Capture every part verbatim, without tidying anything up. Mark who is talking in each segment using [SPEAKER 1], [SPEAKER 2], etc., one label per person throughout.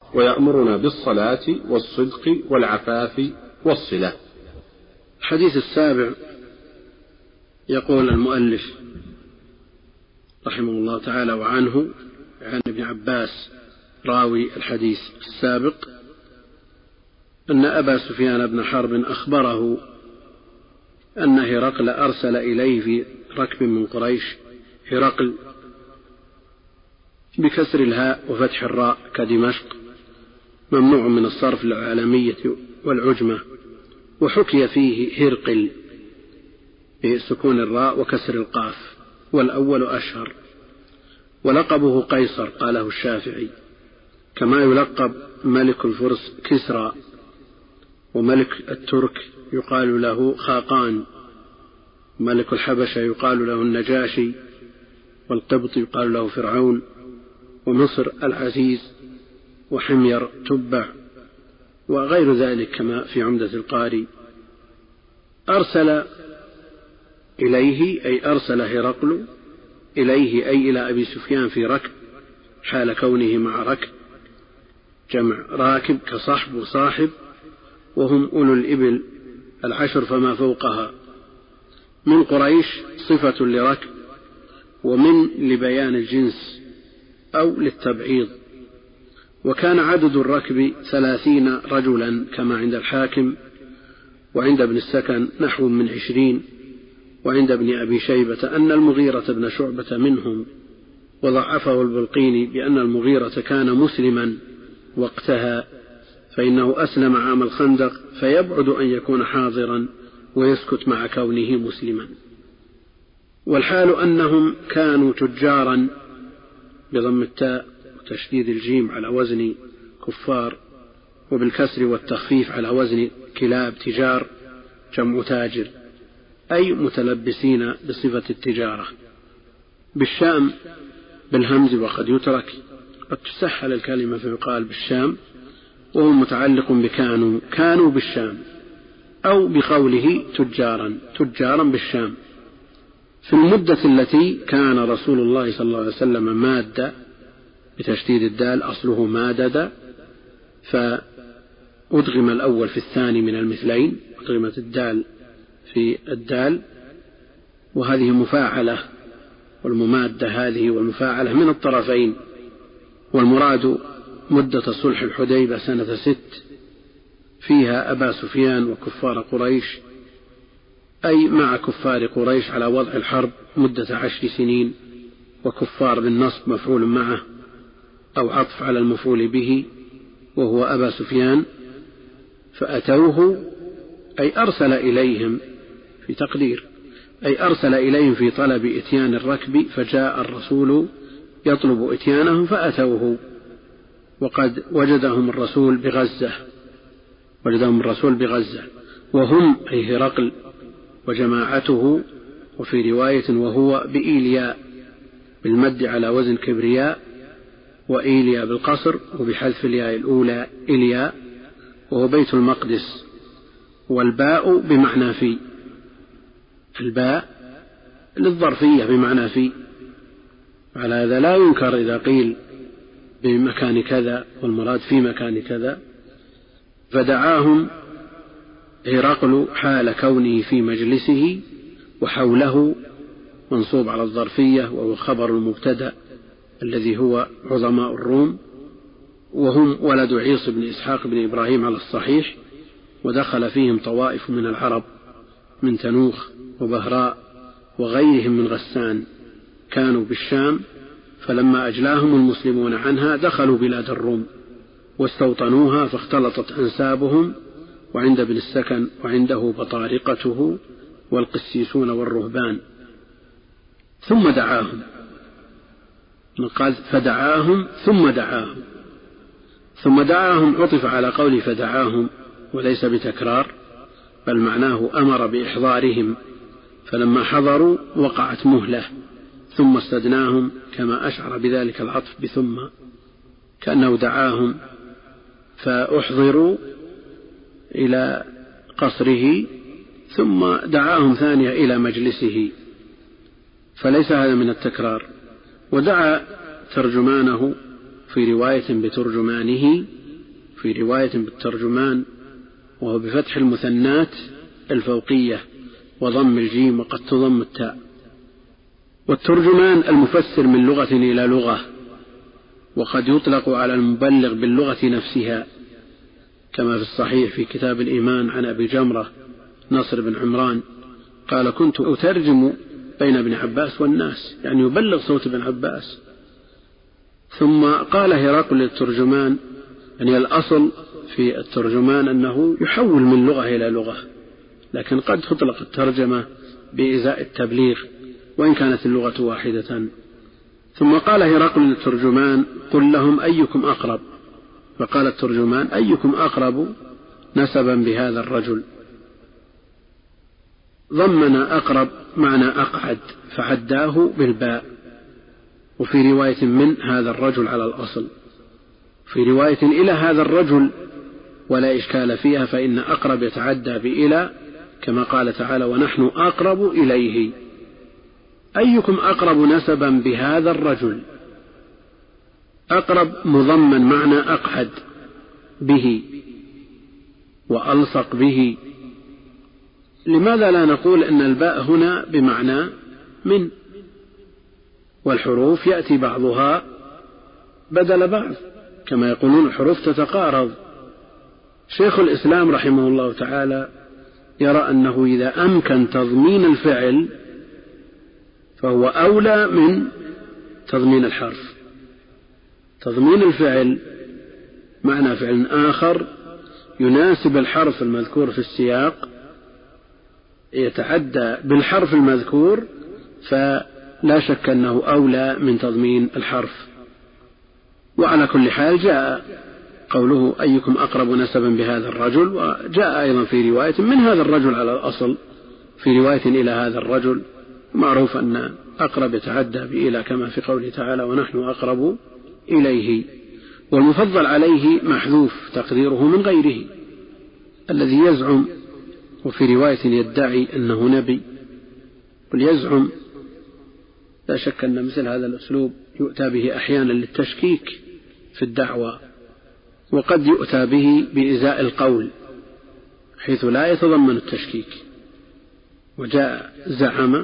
[SPEAKER 1] ويأمرنا بالصلاة والصدق والعفاف والصلة.
[SPEAKER 2] الحديث السابع يقول المؤلف رحمه الله تعالى وعنه عن ابن عباس راوي الحديث السابق أن أبا سفيان بن حرب أخبره أن هرقل أرسل إليه في ركب من قريش، هرقل بكسر الهاء وفتح الراء كدمشق، ممنوع من الصرف للعالمية والعجمة، وحكي فيه هرقل بسكون الراء وكسر القاف، والأول أشهر، ولقبه قيصر قاله الشافعي، كما يلقب ملك الفرس كسرى، وملك الترك يقال له خاقان، ملك الحبشة يقال له النجاشي، والقبط يقال له فرعون، ومصر العزيز، وحمير تبع، وغير ذلك كما في عمدة القاري. أرسل إليه أي أرسل هرقل إليه أي إلى أبي سفيان في ركب، حال كونه مع ركب، جمع راكب كصحب وصاحب، وهم أولو الإبل العشر فما فوقها، من قريش صفة لركب، ومن لبيان الجنس أو للتبعيض. وكان عدد الركب ثلاثين رجلا كما عند الحاكم، وعند ابن السكن نحو من عشرين، وعند ابن أبي شيبة أن المغيرة بن شعبة منهم، وضعفه البلقيني بأن المغيرة كان مسلما وقتها، فإنه أسلم عام الخندق، فيبعد أن يكون حاضرا ويسكت مع كونه مسلما. والحال أنهم كانوا تجارا بضم التاء وتشديد الجيم على وزن كفار، وبالكسر والتخفيف على وزن كلاب تجار، جمع تاجر، أي متلبسين بصفة التجارة، بالشام بالهمز، وقد يترك، قد تسهل الكلمة فيقال بالشام، وهو متعلق بكانوا، كانوا بالشام، أو بقوله تجارا، تجارا بالشام. في المدة التي كان رسول الله صلى الله عليه وسلم مادة بتشديد الدال، أصله مادد، فأدغم الأول في الثاني من المثلين، أدغمت الدال في الدال، وهذه مفاعلة، والممادة هذه والمفاعلة من الطرفين. والمراد مدة صلح الحديبة سنة ست، فيها أبا سفيان وكفار قريش، أي مع كفار قريش على وضع الحرب مدة عشر سنين، وكفار بالنصب مفعول معه أو عطف على المفعول به، وهو أبا سفيان، فأتوه أي أرسل إليهم في تقدير، أي أرسل إليهم في طلب إتيان الركب، فجاء الرسول يطلب إتيانهم فأتوه، وقد وجدهم الرسول بغزة، وجدهم الرسول بغزة، وهم أي هرقل وجماعته، وفي رواية وهو بإيلياء بالمد على وزن كبرياء، وإيلياء بالقصر وبحذف الياء الأولى إلياء، وهو بيت المقدس، والباء بمعنى في، الباء للظرفية بمعنى في، على هذا لا ينكر إذا قيل بمكان كذا والمراد في مكان كذا. فدعاهم هرقل حال كونه في مجلسه، وحوله منصوب على الظرفية، وهو خبر المبتدأ الذي هو عظماء الروم، وهم ولد عيص بن إسحاق بن إبراهيم على الصحيح، ودخل فيهم طوائف من العرب من تنوخ وبهراء وغيرهم من غسان، كانوا بالشام، فلما أجلاهم المسلمون عنها دخلوا بلاد الروم واستوطنوها، فاختلطت أنسابهم، وعند ابن السكن وعنده بطارقته والقسيسون والرهبان. ثم دعاهم، قال فدعاهم ثم دعاهم، ثم دعاهم عطف على قول فدعاهم، وليس بتكرار، بل معناه أمر بإحضارهم، فلما حضروا وقعت مهلة، ثم استدناهم، كما أشعر بذلك العطف بثم، كأنه دعاهم فأحضروا إلى قصره، ثم دعاهم ثانية إلى مجلسه، فليس هذا من التكرار. ودعا ترجمانه في رواية بترجمانه، في رواية بالترجمان وهو بفتح المثنات الفوقية وضم الجيم وقد تضم التاء. والترجمان المفسر من لغة إلى لغة، وقد يطلق على المبلغ باللغة نفسها، كما في الصحيح في كتاب الإيمان عن أبي جمرة نصر بن عمران قال: كنت أترجم بين ابن عباس والناس، يعني يبلغ صوت ابن عباس. ثم قال هرقل للترجمان، يعني الأصل في الترجمان أنه يحول من لغة إلى لغة، لكن قد تطلق الترجمة بإزاء التبليغ وإن كانت اللغة واحدة. ثم قال هرقل للترجمان: قل لهم أيكم أقرب. فقال الترجمان: أيكم أقرب نسبا بهذا الرجل. ضمن أقرب معنى أقعد فعداه بالباء، وفي رواية من هذا الرجل على الأصل، في رواية إلى هذا الرجل ولا إشكال فيها، فإن أقرب يتعدى بإلى كما قال تعالى: ونحن أقرب إليه. أيكم أقرب نسبا بهذا الرجل. أقرب مضمن معنى أقعد به وألصق به. لماذا لا نقول أن الباء هنا بمعنى من، والحروف يأتي بعضها بدل بعض، كما يقولون الحروف تتقارض. شيخ الإسلام رحمه الله تعالى يرى أنه إذا أمكن تضمين الفعل فهو أولى من تضمين الحرف. تضمين الفعل معنى فعل آخر يناسب الحرف المذكور في السياق يتعدى بالحرف المذكور، فلا شك أنه أولى من تضمين الحرف. وعلى كل حال جاء قوله: أيكم أقرب نسبا بهذا الرجل، وجاء أيضا في رواية من هذا الرجل على الأصل، في رواية إلى هذا الرجل. معروف أن أقرب يتعدى بإلى كما في قوله تعالى: ونحن أقرب إليه. والمفضل عليه محذوف تقديره من غيره الذي يزعم، وفي رواية يدعي أنه نبي. وليزعم لا شك أن مثل هذا الأسلوب يؤتى به أحيانا للتشكيك في الدعوة، وقد يؤتى به بإزاء القول حيث لا يتضمن التشكيك. وجاء زعم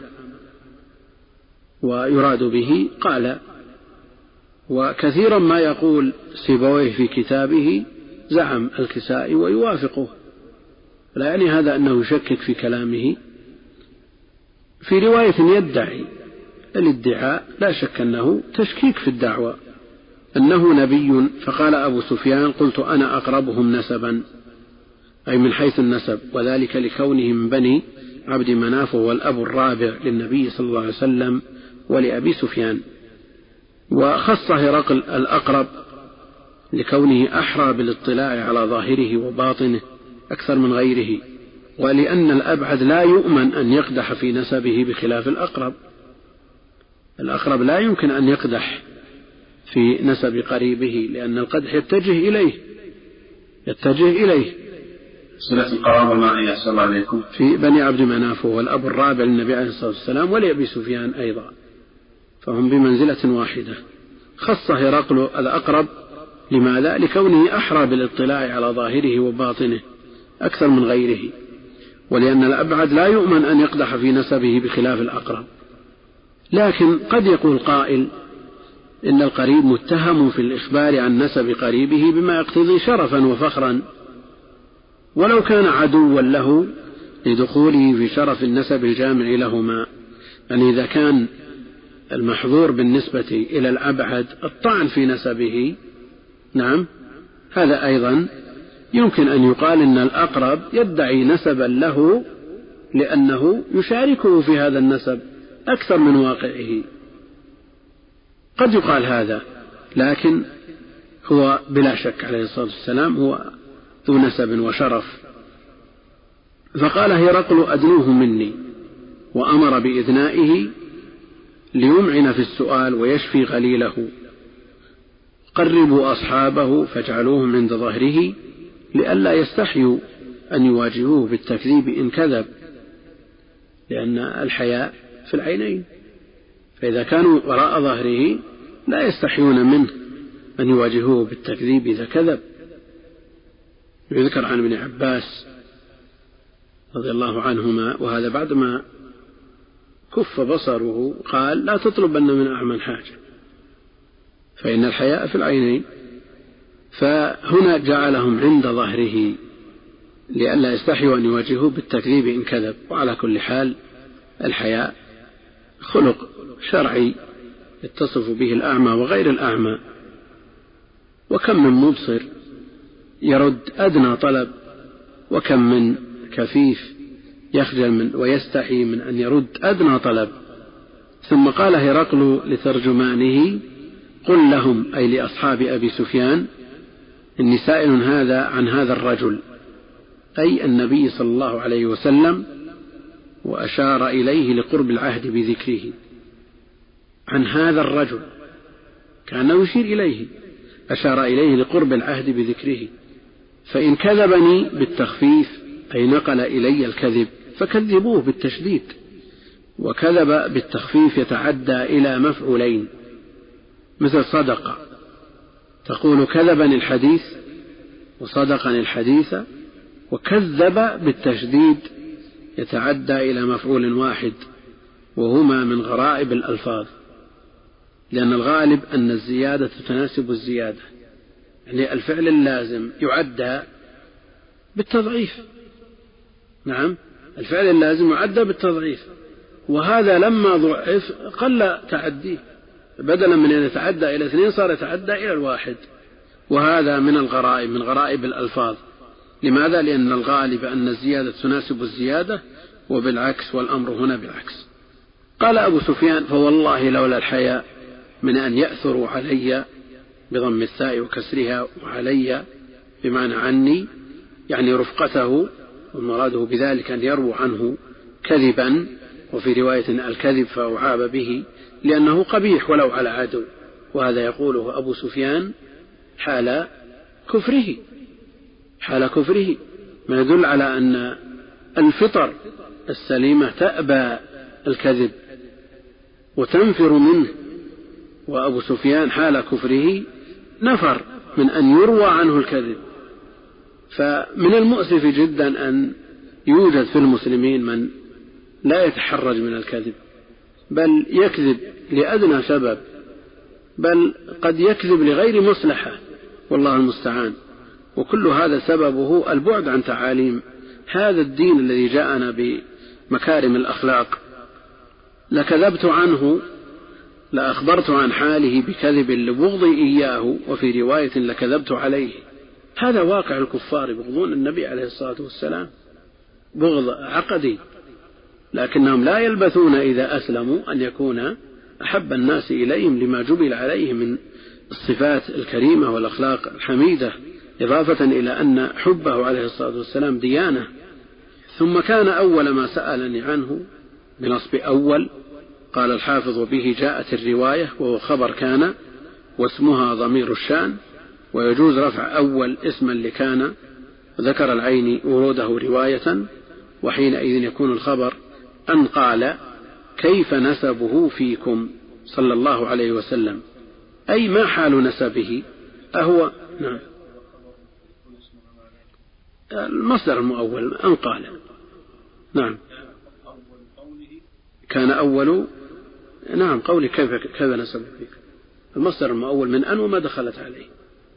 [SPEAKER 2] ويراد به قال. وكثيرا ما يقول سيبويه في كتابه زعم الكسائي ويوافقه، لا يعني هذا أنه يشكك في كلامه. في رواية يدعي، الادعاء لا شك أنه تشكيك في الدعوة، أنه نبي. فقال أبو سفيان: قلت أنا أقربهم نسبا، أي من حيث النسب، وذلك لكونه من بني عبد مناف والأب الرابع للنبي صلى الله عليه وسلم ولأبي سفيان. وخص هرقل الأقرب لكونه أحرى بالاطلاع على ظاهره وباطنه أكثر من غيره، ولأن الأبعد لا يؤمن أن يقدح في نسبه بخلاف الأقرب. الأقرب لا يمكن أن يقدح في نسب قريبه، لأن القدح يتجه إليه يتجه إليه
[SPEAKER 1] صلة القرابة مع يحصل الله عليكم
[SPEAKER 2] في بني عبد مناف والأب الرابع للنبي عليه الصلاة والسلام ولأبي سفيان أيضا، فهم بمنزلة واحدة. خص هرقل الأقرب لماذا؟ لكونه أحرى بالاطلاع على ظاهره وباطنه أكثر من غيره، ولأن الأبعد لا يؤمن أن يقدح في نسبه بخلاف الأقرب. لكن قد يقول قائل: إن القريب متهم في الإخبار عن نسب قريبه بما يقتضي شرفا وفخرا، ولو كان عدوا له لدخوله في شرف النسب الجامع لهما. يعني إذا كان المحظور بالنسبة إلى الأبعد الطعن في نسبه، نعم، هذا أيضا يمكن أن يقال إن الأقرب يدعي نسبا له لأنه يشاركه في هذا النسب أكثر من واقعه. قد يقال هذا، لكن هو بلا شك عليه الصلاة والسلام هو ذو نسب وشرف. فقال هرقل: أدنوه مني، وأمر بإدنائه ليمعن في السؤال ويشفي غليله. قربوا أصحابه فاجعلوهم عند ظهره لئلا يستحيوا أن يواجهوه بالتكذيب إن كذب، لأن الحياء في العينين، فإذا كانوا وراء ظهره لا يستحيون منه أن يواجهوه بالتكذيب إذا كذب. يذكر عن ابن عباس رضي الله عنهما، وهذا بعدما كف بصره قال: لا تطلبن من أعمى حاجة فإن الحياء في العينين. فهنا جعلهم عند ظهره لئلا يستحيوا أن يواجهوه بالتكذيب إن كذب. وعلى كل حال الحياء خلق شرعي يتصف به الأعمى وغير الأعمى، وكم من مبصر يرد أدنى طلب، وكم من كفيف يخجل من ويستحي من أن يرد أدنى طلب. ثم قال هرقل لترجمانه: قل لهم، أي لأصحاب أبي سفيان، إني سائل هذا عن هذا الرجل، أي النبي صلى الله عليه وسلم، وأشار إليه لقرب العهد بذكره. عن هذا الرجل كأنه يشير إليه، أشار إليه لقرب العهد بذكره. فإن كذبني بالتخفيف أي نقل إلي الكذب فكذبوه بالتشديد. وكذب بالتخفيف يتعدى إلى مفعولين، مثل صدق، تقول كذبني الحديث وصدقني الحديث. وكذب بالتشديد يتعدى إلى مفعول واحد، وهما من غرائب الألفاظ، لأن الغالب أن الزيادة تناسب الزيادة، يعني الفعل اللازم يعدى بالتضعيف. نعم، الفعل اللازم يعدى بالتضعيف، وهذا لما ضعف قل تعديه، بدلا من أن يتعدى إلى اثنين صار يتعدى إلى الواحد. وهذا من الغرائب، من غرائب الألفاظ. لماذا؟ لأن الغالب أن الزيادة تناسب الزيادة، وبالعكس، والأمر هنا بالعكس. قال أبو سفيان: فوالله لولا الحياء من أن يأثروا علي، بضم الثاء وكسرها، وعلي بمعنى عني، يعني رفقته، والمراد بذلك أن يرووا عنه كذبا، وفي رواية الكذب فأعاب به لأنه قبيح ولو على عدو. وهذا يقوله أبو سفيان حال كفره، حال كفره، ما يدل على أن الفطر السليمة تأبى الكذب وتنفر منه. وأبو سفيان حال كفره نفر من أن يروى عنه الكذب. فمن المؤسف جدا أن يوجد في المسلمين من لا يتحرج من الكذب، بل يكذب لأدنى سبب، بل قد يكذب لغير مصلحة، والله المستعان. وكل هذا سببه البعد عن تعاليم هذا الدين الذي جاءنا بمكارم الأخلاق. لكذبت عنه، لأخبرت عن حاله بكذب لبغضي إياه، وفي رواية لكذبت عليه. هذا واقع الكفار، يبغضون النبي عليه الصلاة والسلام بغض عقدي، لكنهم لا يلبثون إذا أسلموا أن يكون أحب الناس إليهم لما جبل عليه من الصفات الكريمة والأخلاق الحميدة، إضافة إلى أن حبه عليه الصلاة والسلام ديانة. ثم كان أول ما سألني عنه بنصب أول، قال الحافظ: به جاءت الرواية، وهو خبر كان، واسمها ضمير الشان، ويجوز رفع أول اسما لكان، ذكر العين وروده رواية، وحينئذ يكون الخبر أن قال: كيف نسبه فيكم صلى الله عليه وسلم، أي ما حال نسبه، أهو نعم المصدر المؤول أن قال. نعم، كان أول، نعم قولي كيف كيف نسبه فيكم، المصدر المؤول من أن وما دخلت عليه.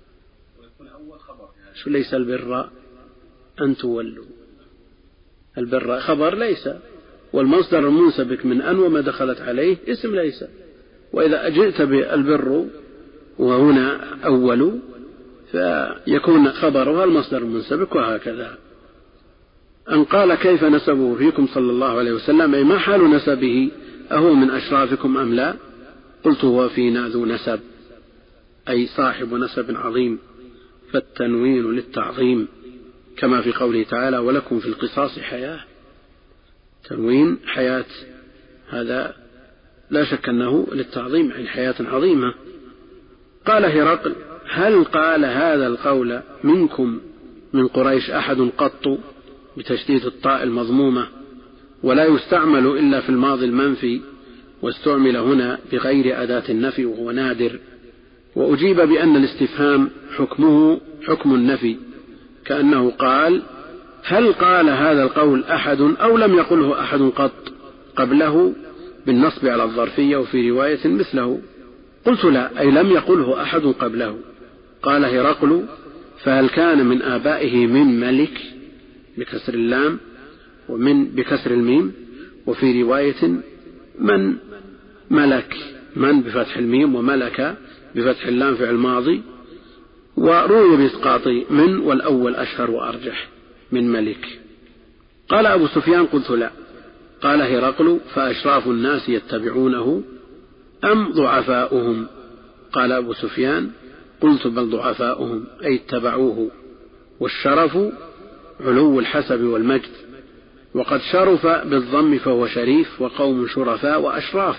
[SPEAKER 2] شو ليس البر أن تولوا، البر خبر ليس، والمصدر المنسبك من أن وما دخلت عليه اسم ليس. وإذا جئت بالبر وهنا أول فيكون خبرها المصدر المنسبك، وهكذا. أن قال: كيف نسبه فيكم صلى الله عليه وسلم، أي ما حال نسبه، أهو من أشرافكم أم لا؟ قلت: هو فينا ذو نسب، أي صاحب نسب عظيم، فالتنوين للتعظيم، كما في قوله تعالى: ولكم في القصاص حياة. تنوين حياة، هذا لا شك أنه للتعظيم، عن حياة عظيمة. قال هرقل: هل قال هذا القول منكم من قريش أحد قط، بتشديد الطاء المضمومة، ولا يستعمل إلا في الماضي المنفي، واستعمل هنا بغير أداة النفي وهو نادر. وأجيب بأن الاستفهام حكمه حكم النفي، كأنه قال: هل قال هذا القول أحد أو لم يقله أحد قط قبله، بالنصب على الظرفية، وفي رواية مثله. قلت: لا، أي لم يقله أحد قبله. قال هرقل: فهل كان من آبائه من ملك بكسر اللام ومن بكسر الميم، وفي رواية من ملك، من بفتح الميم وملك بفتح اللام فعل ماضي، وروي بإسقاط من، والأول أشهر وأرجح من ملك. قال أبو سفيان: قلت: لا. قال هرقل: فأشراف الناس يتبعونه أم ضعفاؤهم؟ قال أبو سفيان: قلت: بل ضعفاؤهم، أي اتبعوه، والشرف علو الحسب والمجد، وقد شرف بالضم فهو شريف، وقوم شرفاء وأشراف.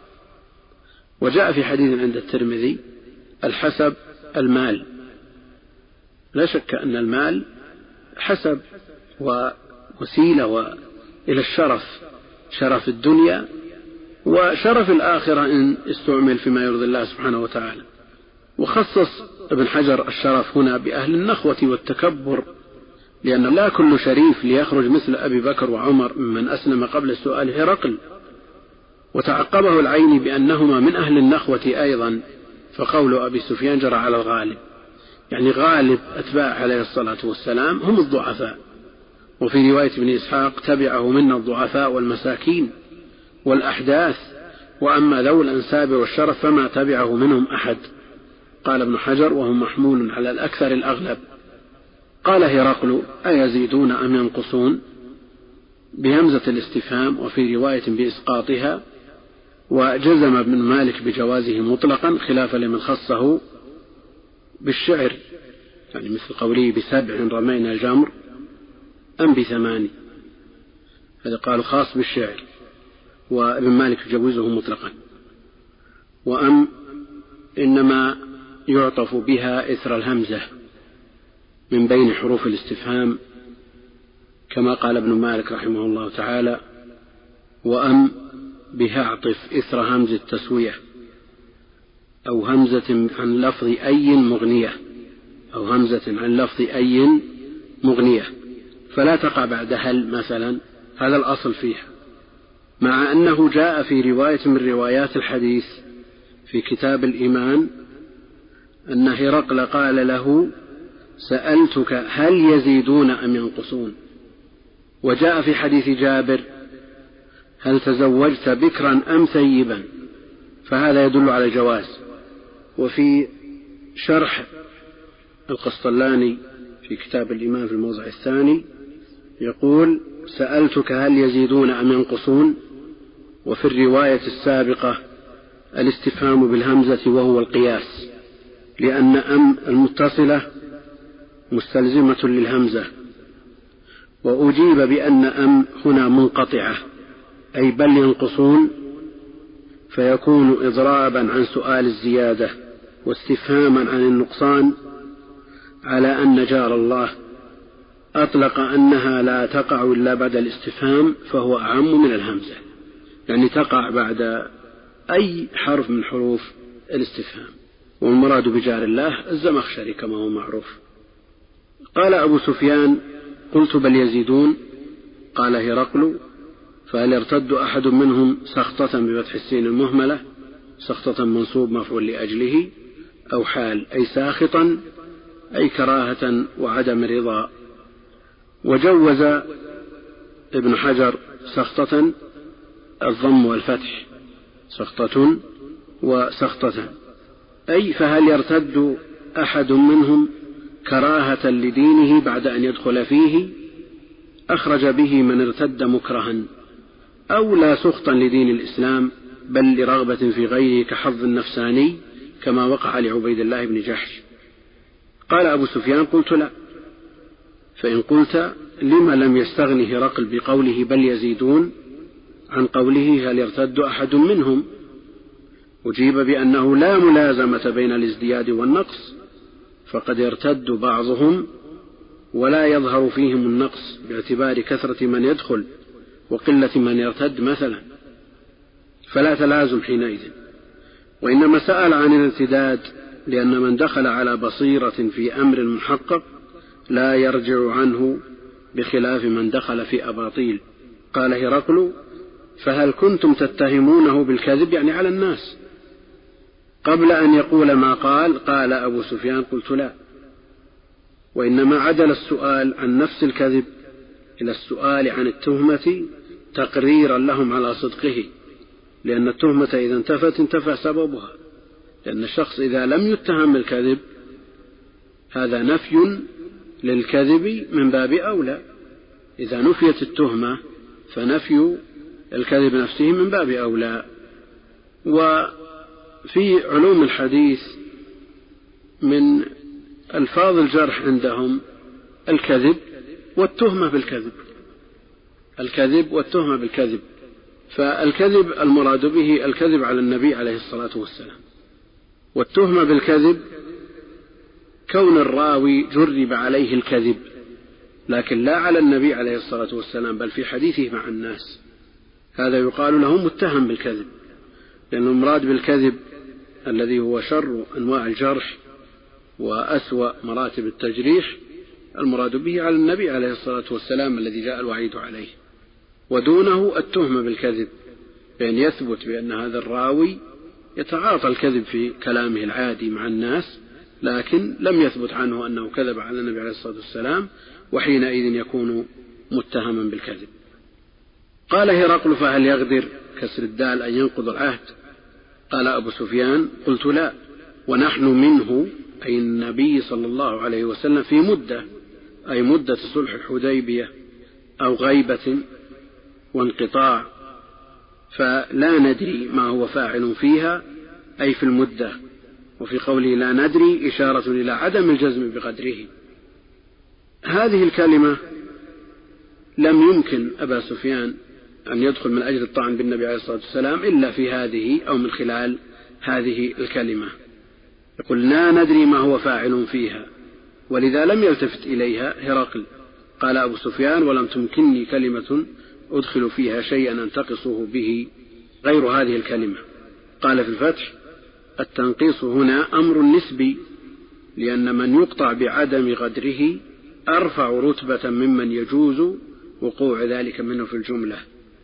[SPEAKER 2] وجاء في حديث عند الترمذي: الحسب المال. لا شك أن المال حسب ووسيلة إلى الشرف، شرف الدنيا وشرف الآخرة إن استعمل فيما يرضي الله سبحانه وتعالى. وخصص ابن حجر الشرف هنا بأهل النخوة والتكبر، لأن لا كل شريف ليخرج مثل أبي بكر وعمر ممن أسلم قبل السؤال هرقل. وتعقبه العيني بأنهما من أهل النخوة أيضا، فقول أبي سفيان جرى على الغالب، يعني غالب أتباع عليه الصلاة والسلام هم الضعفاء. وفي رواية ابن إسحاق: تبعه منا الضعفاء والمساكين والأحداث، وأما ذو الأنساب والشرف فما تبعه منهم أحد. قال ابن حجر: وهم محمول على الأكثر الأغلب. قال هرقل: أيزيدون أم ينقصون؟ بهمزة الاستفهام، وفي رواية بإسقاطها. وجزم ابن مالك بجوازه مطلقا، خلافا لمن خصه بالشعر، يعني مثل قوله: بسبع رمينا الجمر أم بثماني، هذا قال خاص بالشعر، وابن مالك يجوزه مطلقا. وأم إنما يعطف بها إثر الهمزة من بين حروف الاستفهام، كما قال ابن مالك رحمه الله تعالى: وأم بها اعطف إثر همز التسوية، أو همزة عن لفظ أي مغنية، أو همزة عن لفظ أي مغنية، فلا تقع بعد هل مثلا، هذا الأصل فيها. مع أنه جاء في رواية من روايات الحديث في كتاب الإيمان أن هرقل قال له: سألتك هل يزيدون أم ينقصون؟ وجاء في حديث جابر: هل تزوجت بكرا أم ثيبا؟ فهذا يدل على الجواز. وفي شرح القسطلاني في كتاب الإيمان في الموضع الثاني يقول: سألتك هل يزيدون أم ينقصون؟ وفي الرواية السابقة الاستفهام بالهمزة وهو القياس، لأن أم المتصلة مستلزمة للهمزة. وأجيب بأن أم هنا منقطعة، أي بل ينقصون، فيكون إضرابا عن سؤال الزيادة واستفهاما عن النقصان، على أن جار الله أطلق أنها لا تقع إلا بعد الاستفهام، فهو أعم من الهمزة، يعني تقع بعد أي حرف من حروف الاستفهام. والمراد بجار الله الزمخشري كما هو معروف. قال أبو سفيان: قلت: بل يزيدون. قال هرقل: فهل يرتد أحد منهم سخطة بفتح السين المهملة، سخطة منصوب مفعول لأجله، أو حال أي ساخطا، أي كراهة وعدم رضا. وجوز ابن حجر سخطة الضم والفتح، سخطة وسخطة، أي فهل يرتد أحد منهم كراهة لدينه بعد أن يدخل فيه، أخرج به من ارتد مكرها، أو لا سخطا لدين الإسلام بل لرغبة في غيره كحظ النفساني كما وقع لعبيد الله بن جحش. قال أبو سفيان: قلت: لا. فإن قلت: لما لم يستغني هرقل بقوله بل يزيدون عن قوله هل يرتد أحد منهم؟ أجيب بأنه لا ملازمة بين الازدياد والنقص، فقد يرتد بعضهم ولا يظهر فيهم النقص باعتبار كثرة من يدخل وقلة من يرتد مثلا، فلا تلازم حينئذ. وإنما سأل عن الارتداد لأن من دخل على بصيرة في أمر محقق لا يرجع عنه بخلاف من دخل في أباطيل. قال هرقل: فهل كنتم تتهمونه بالكذب يعني على الناس؟ قبل أن يقول ما قال قال أبو سفيان: قلت لا، وإنما عدل السؤال عن نفس الكذب إلى السؤال عن التهمة تقريرا لهم على صدقه، لأن التهمة إذا انتفت انتفى سببها، لأن الشخص إذا لم يتهم بالكذب هذا نفي للكذب من باب أولى. إذا نفيت التهمة فنفي الكذب نفسه من باب أولى. وفي علوم الحديث من ألفاظ الجرح عندهم الكذب والتهمة بالكذب، الكذب والتهمة بالكذب. فالكذب المراد به الكذب على النبي عليه الصلاة والسلام، والتهمة بالكذب كون الراوي جرب عليه الكذب لكن لا على النبي عليه الصلاة والسلام بل في حديثه مع الناس، هذا يقال له متهم بالكذب، لأن المراد بالكذب الذي هو شر أنواع الجرح وأسوأ مراتب التجريح المراد به على النبي عليه الصلاة والسلام الذي جاء الوعيد عليه، ودونه التهمة بالكذب، بأن يثبت بأن هذا الراوي يتعاطى الكذب في كلامه العادي مع الناس لكن لم يثبت عنه أنه كذب على النبي عليه الصلاة والسلام، وحينئذ يكون متهما بالكذب. قال هرقل: فهل يغدر كسر الدال أن ينقض العهد؟ قال أبو سفيان: قلت لا، ونحن منه أي النبي صلى الله عليه وسلم في مدة، أي مدة صلح الحديبية أو غيبة وانقطاع، فلا ندري ما هو فاعل فيها أي في المدة. وفي قوله لا ندري إشارة إلى عدم الجزم بقدره. هذه الكلمة لم يمكن أبا سفيان أن يدخل من أجل الطعن بالنبي عليه الصلاة والسلام إلا في هذه أو من خلال هذه الكلمة. يقول لا ندري ما هو فاعل فيها، ولذا لم يلتفت إليها هرقل. قال أبو سفيان: ولم تمكنني كلمة أدخل فيها شيئا أنتقصه به غير هذه الكلمة. قال في الفتح: التنقيص هنا أمر نسبي، لأن من يقطع بعدم غدره أرفع رتبة ممن يجوز وقوع ذلك منه في الجملة.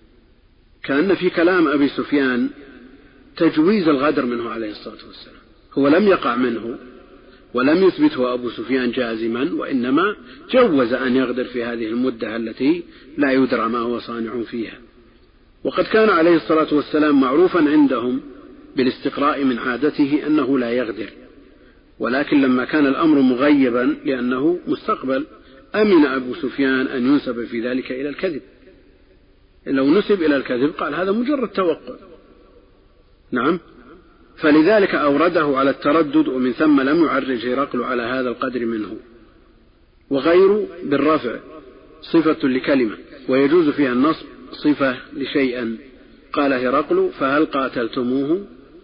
[SPEAKER 2] كأن في كلام أبي سفيان تجويز الغدر منه عليه الصلاة والسلام، هو لم يقع منه ولم يثبته أبو سفيان جازما، وإنما جوز أن يغدر في هذه المدة التي لا يدرى ما هو صانع فيها. وقد كان عليه الصلاة والسلام معروفا عندهم بالاستقراء من عادته أنه لا يغدر، ولكن لما كان الأمر مغيبا لأنه مستقبل أمن أبو سفيان أن ينسب في ذلك إلى الكذب. لو نسب إلى الكذب قال هذا مجرد توقع. نعم، فلذلك أورده على التردد، ومن ثم لم يعرج هرقل على هذا القدر منه. وغير بالرفع صفة لكلمة ويجوز فيها النصب صفة لشيئا. قال هرقل: فهل قاتلتموه؟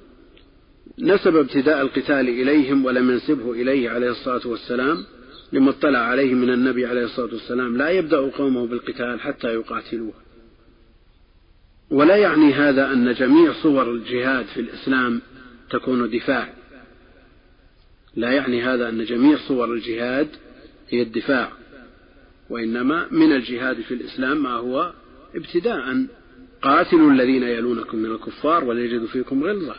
[SPEAKER 2] نسب ابتداء القتال إليهم ولم ينسبه إليه عليه الصلاة والسلام، لما اطلع عليه من النبي عليه الصلاة والسلام لا يبدأ قومه بالقتال حتى يقاتلوه. ولا يعني هذا أن جميع صور الجهاد في الإسلام تكون دفاع، لا يعني هذا أن جميع صور الجهاد هي الدفاع، وإنما من الجهاد في الإسلام ما هو ابتداء: قاتلوا الذين يلونكم من الكفار وليجدوا فيكم غلظة.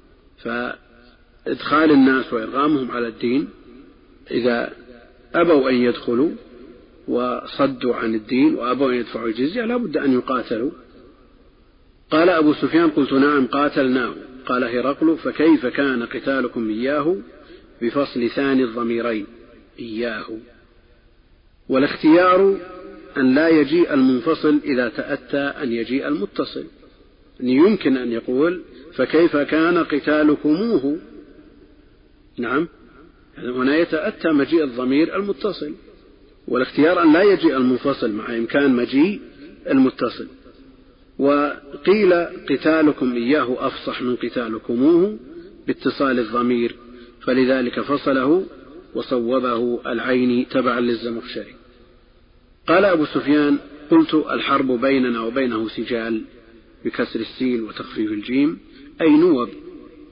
[SPEAKER 2] فإدخال الناس وإرغامهم على الدين إذا أبوا أن يدخلوا وصدوا عن الدين وأبوا أن يدفعوا الجزية لا بد أن يقاتلوا. قال أبو سفيان: قلت نعم قاتلناه. قال هرقل: فكيف كان قتالكم إياه بفصل ثاني الضميرين إياه؟ والاختيار أن لا يجيء المنفصل إذا تأتى أن يجيء المتصل. يعني يمكن أن يقول فكيف كان قتالكموه، نعم، هنا يتأتى مجيء الضمير المتصل، والاختيار أن لا يجيء المنفصل مع إمكان مجيء المتصل. وقيل قتالكم إياه أفصح من قتالكموه باتصال الضمير، فلذلك فصله وصوبه العيني تبعا للزمخشري. قال أبو سفيان: قلت الحرب بيننا وبينه سجال بكسر السين وتخفيف الجيم، أي نوب،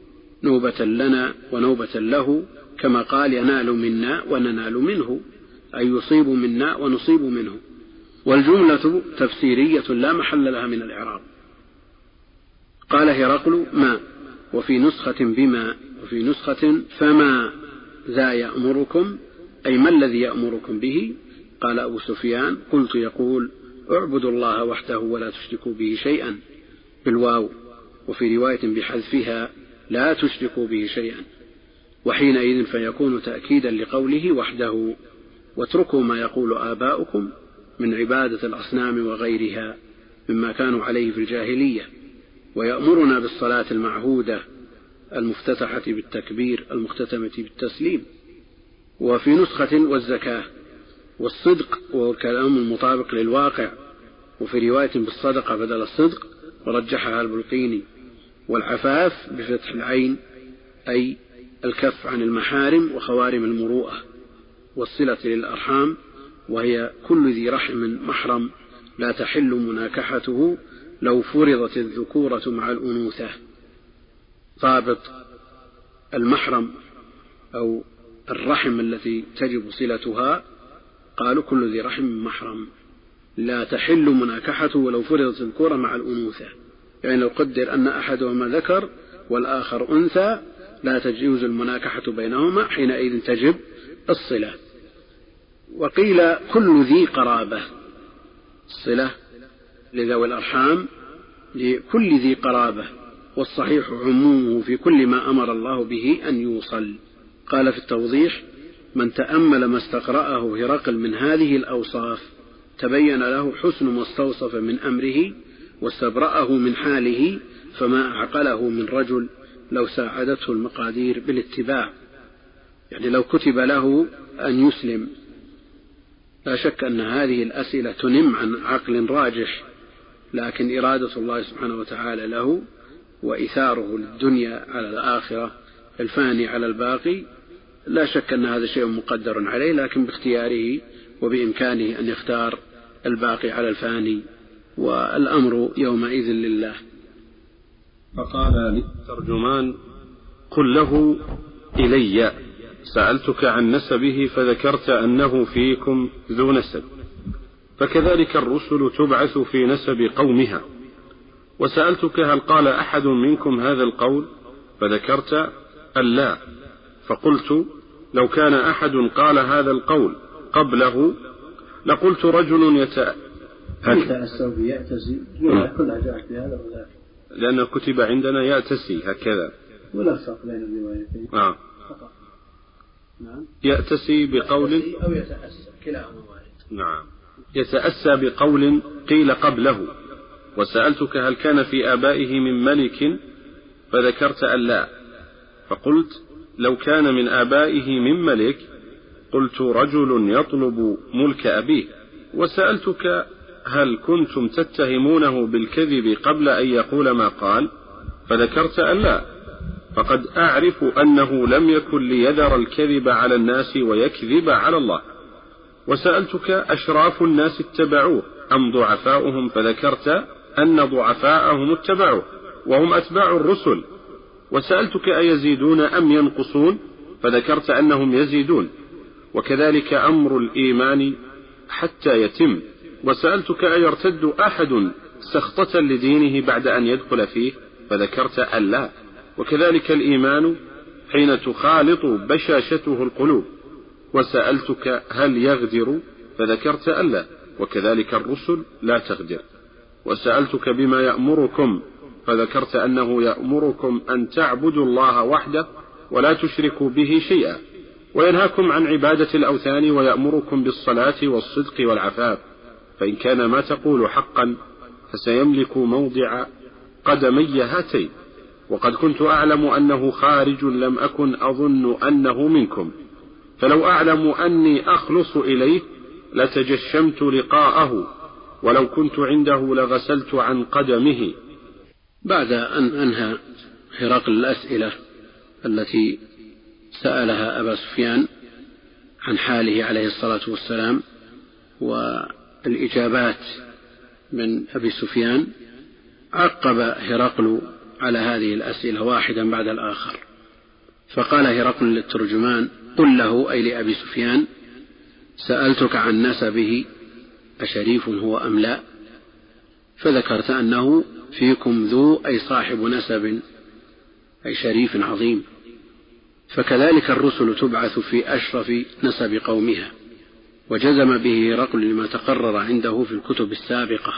[SPEAKER 2] نوبة لنا ونوبة له، كما قال ينال منا وننال منه، أي يصيب منا ونصيب منه. والجملة تفسيرية لا محل لها من الإعراب. قال هرقل ما، وفي نسخة بما، وفي نسخة فما ذا يأمركم، أي ما الذي يأمركم به؟ قال أبو سفيان قلت يقول اعبدوا الله وحده ولا تشركوا به شيئا بالواو، وفي رواية بحذفها لا تشركوا به شيئا، وحينئذ فيكون تأكيدا لقوله وحده، واتركوا ما يقول آباؤكم من عبادة الأصنام وغيرها مما كانوا عليه في الجاهلية، ويأمرنا بالصلاة المعهودة المفتتحة بالتكبير المختتمة بالتسليم. وفي نسخة والزكاة والصدق، وهو الكلام المطابق للواقع، وفي رواية بالصدقة بدل الصدق ورجحها البلقيني. والعفاف بفتح العين أي الكف عن المحارم وخوارم المروءة، والصلة للأرحام وهي كل ذي رحم محرم لا تحل مناكحته لو فرضت الذكورة مع الأنوثة. ضابط المحرم أو الرحم التي تجب صلتها قالوا كل ذي رحم محرم لا تحل مناكحته ولو فرضت الذكورة مع الأنوثة، يعني لو قدر أن أحدهما ذكر والآخر أنثى لا تجوز المناكحة بينهما، حينئذ تجب الصلة. وقيل كل ذي قرابة، الصلة لذوي الأرحام لكل ذي قرابة، والصحيح عمومه في كل ما أمر الله به أن يوصل. قال في التوضيح من تأمل ما استقرأه هرقل من هذه الأوصاف تبين له حسن ما استوصف من أمره واستبرأه من حاله، فما أعقله من رجل لو ساعدته المقادير بالاتباع. يعني لو كتب له أن يسلم، لا شك أن هذه الأسئلة تنم عن عقل راجح، لكن إرادة الله سبحانه وتعالى له وإثاره للدنيا على الآخرة، الفاني على الباقي، لا شك أن هذا شيء مقدر عليه، لكن باختياره وبإمكانه أن يختار الباقي على الفاني، والأمر يومئذ لله.
[SPEAKER 1] فقال للترجمان قل له إلي سألتك عن نسبه فذكرت أنه فيكم ذو نسب، فكذلك الرسل تبعث في نسب قومها، وسألتك هل قال أحد منكم هذا القول فذكرت ألا، فقلت لو كان أحد قال هذا القول قبله لقلت رجل يتأ لأنه كتب عندنا يأتسي هكذا،
[SPEAKER 2] ولا فرق بين الروايتين.
[SPEAKER 1] آه. نعم. يأتسي بقول
[SPEAKER 2] أو يتأسى كلاهما وارد.
[SPEAKER 1] نعم. يتأسى بقول قيل قبله، وسألتك هل كان في آبائه من ملك فذكرت ألا، فقلت لو كان من آبائه من ملك قلت رجل يطلب ملك أبيه، وسألتك هل كنتم تتهمونه بالكذب قبل أن يقول ما قال فذكرت ألا، فقد أعرف أنه لم يكن ليذر الكذب على الناس ويكذب على الله. وسألتك أشراف الناس اتبعوه أم ضعفاؤهم فذكرت أن ضعفاءهم اتبعوه وهم أتباع الرسل. وسألتك أيزيدون أم ينقصون فذكرت أنهم يزيدون، وكذلك أمر الإيمان حتى يتم. وسألتك أيرتد أحد سخطة لدينه بعد أن يدخل فيه فذكرت ألا، وكذلك الإيمان حين تخالط بشاشته القلوب. وسألتك هل يغدر فذكرت ألا، وكذلك الرسل لا تغدر. وسألتك بما يأمركم فذكرت أنه يأمركم أن تعبدوا الله وحده ولا تشركوا به شيئا، وينهاكم عن عبادة الأوثان، ويأمركم بالصلاة والصدق والعفاف، فإن كان ما تقول حقا فسيملك موضع قدمي هاتين، وقد كنت أعلم أنه خارج لم أكن أظن أنه منكم، فلو أعلم أني أخلص إليه لتجشمت لقاءه، ولو كنت عنده لغسلت عن قدمه.
[SPEAKER 2] بعد أن أنهى هرقل الأسئلة التي سألها أبا سفيان عن حاله عليه الصلاة والسلام والإجابات من أبي سفيان، عقب هرقل على هذه الأسئلة واحدا بعد الآخر، فقال هرقل للترجمان قل له أي لأبي سفيان سألتك عن نسبه أشريف هو أم لا، فذكرت أنه فيكم ذو أي صاحب نسب أي شريف عظيم، فكذلك الرسل تبعث في أشرف نسب قومها، وجزم به هرقل لما تقرر عنده في الكتب السابقة.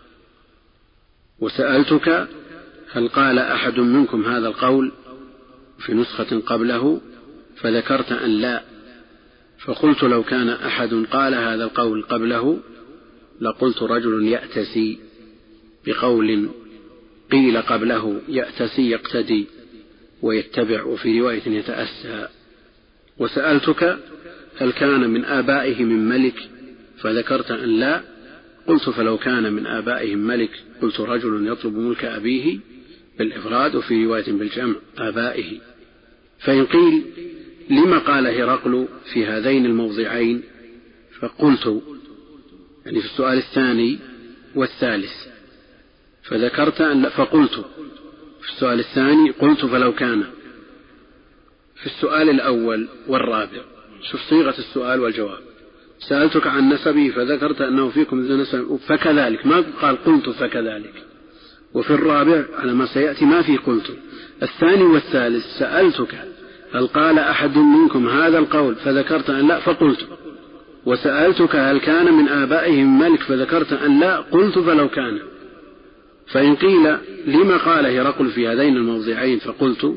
[SPEAKER 2] وسألتك هل قال أحد منكم هذا القول في نسخة قبله، فذكرت أن لا، فقلت لو كان أحد قال هذا القول قبله لقلت رجل يأتسي بقول قيل قبله، يأتسي يقتدي ويتبع، وفي رواية يتأسى. وسألتك هل كان من آبائه من ملك، فذكرت أن لا، قلت فلو كان من آبائهم ملك قلت رجل يطلب ملك أبيه بالإفراد، وفي رواية بالجمع آبائه. فإن قيل لما قال هرقل في هذين الموضعين، فقلت يعني في السؤال الثاني والثالث، فذكرت أن لا، فقلت في السؤال الثاني قلت فلو كان في السؤال الأول والرابع. شوف صيغة السؤال والجواب. سألتك عن نسبه فذكرت أنه فيكم ذو نسب فكذلك، ما قال قلت فكذلك. وفي الرابع على ما سيأتي ما في قلت. الثاني والثالث سألتك هل قال أحد منكم هذا القول، فذكرت أن لا، فقلت. وسألتك هل كان من آبائهم ملك، فذكرت أن لا، قلت فلو كان. فإن قيل لما قال هرقل في هذين الموضعين، فقلت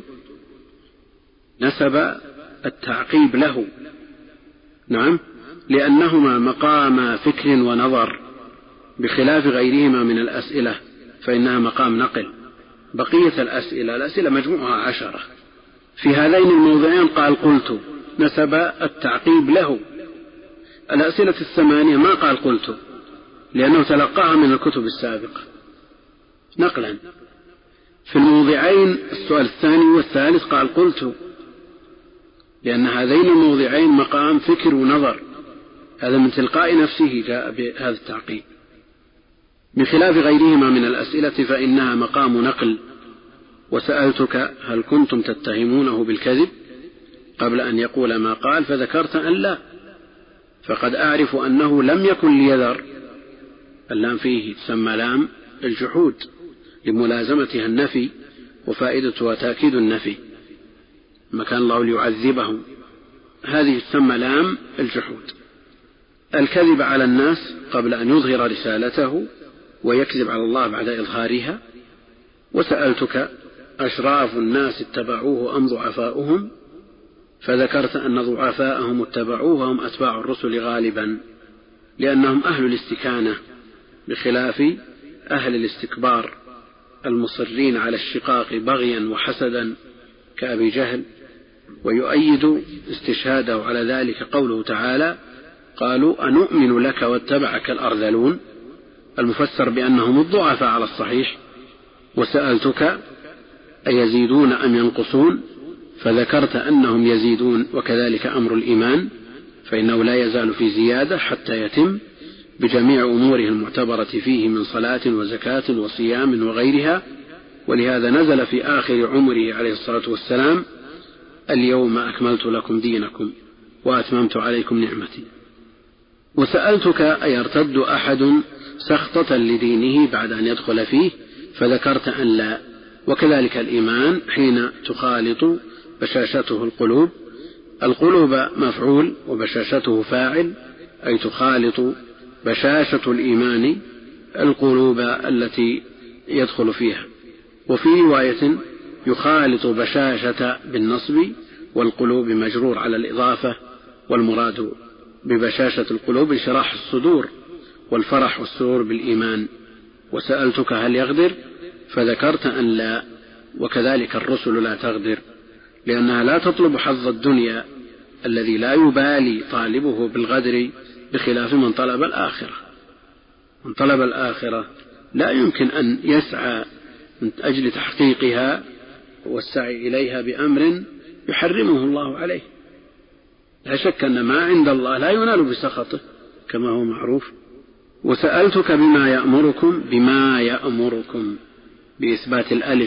[SPEAKER 2] نسب التعقيب له، نعم، لأنهما مقام فكر ونظر بخلاف غيرهما من الأسئلة، فإنها مقام نقل. بقية الأسئلة الأسئلة مجموعها عشرة، في هذين الموضعين قال قلت، نسب التعقيب له. الأسئلة الثمانية ما قال قلت، لأنه تلقاها من الكتب السابقة نقلا. في الموضعين السؤال الثاني والثالث قال قلت، لأن هذين الموضعين مقام فكر ونظر، هذا من تلقاء نفسه جاء بهذا التعقيب، بخلاف غيرهما من الأسئلة فإنها مقام نقل. وسألتك هل كنتم تتهمونه بالكذب قبل أن يقول ما قال، فذكرت أن لا، فقد أعرف أنه لم يكن ليذر، اللام فيه تسمى لام الجحود لملازمتها النفي، وفائدتها تأكيد النفي، ما كان الله ليعذبهم، هذه تسمى لام الجحود، الكذب على الناس قبل أن يظهر رسالته، ويكذب على الله بعد إظهارها. وسألتك أشراف الناس اتبعوه أم ضعفاؤهم، فذكرت أن ضعفاءهم اتبعوه هم أتباع الرسل غالبا، لأنهم أهل الاستكانة بخلاف أهل الاستكبار المصرين على الشقاق بغيا وحسدا كأبي جهل. ويؤيد استشهاده على ذلك قوله تعالى قالوا أنؤمن لك واتبعك الأرذلون، المفسر بأنهم الضعفاء على الصحيح. وسألتك أيزيدون أم ينقصون، فذكرت أنهم يزيدون، وكذلك أمر الإيمان، فإنه لا يزال في زيادة حتى يتم بجميع أموره المعتبرة فيه من صلاة وزكاة وصيام وغيرها. ولهذا نزل في آخر عمره عليه الصلاة والسلام اليوم أكملت لكم دينكم وأتممت عليكم نعمتي. وسألتك أيرتد أحد سخطة لدينه بعد أن يدخل فيه، فذكرت أن لا، وكذلك الإيمان حين تخالط بشاشته القلوب، القلوب مفعول وبشاشته فاعل، أي تخالط بشاشة الإيمان القلوب التي يدخل فيها. وفي رواية يخالط بشاشة بالنصب، والقلوب مجرور على الإضافة، والمراد ببشاشة القلوب انشراح الصدور والفرح والسرور بالإيمان. وسألتك هل يغدر، فذكرت أن لا، وكذلك الرسل لا تغدر، لأنها لا تطلب حظ الدنيا الذي لا يبالي طالبه بالغدر، بخلاف من طلب الآخرة. من طلب الآخرة لا يمكن أن يسعى من أجل تحقيقها والسعي إليها بأمر يحرمه الله عليه. لا شك أن ما عند الله لا ينال بسخطه كما هو معروف. وسألتك بما يأمركم، بما يأمركم بإثبات الألف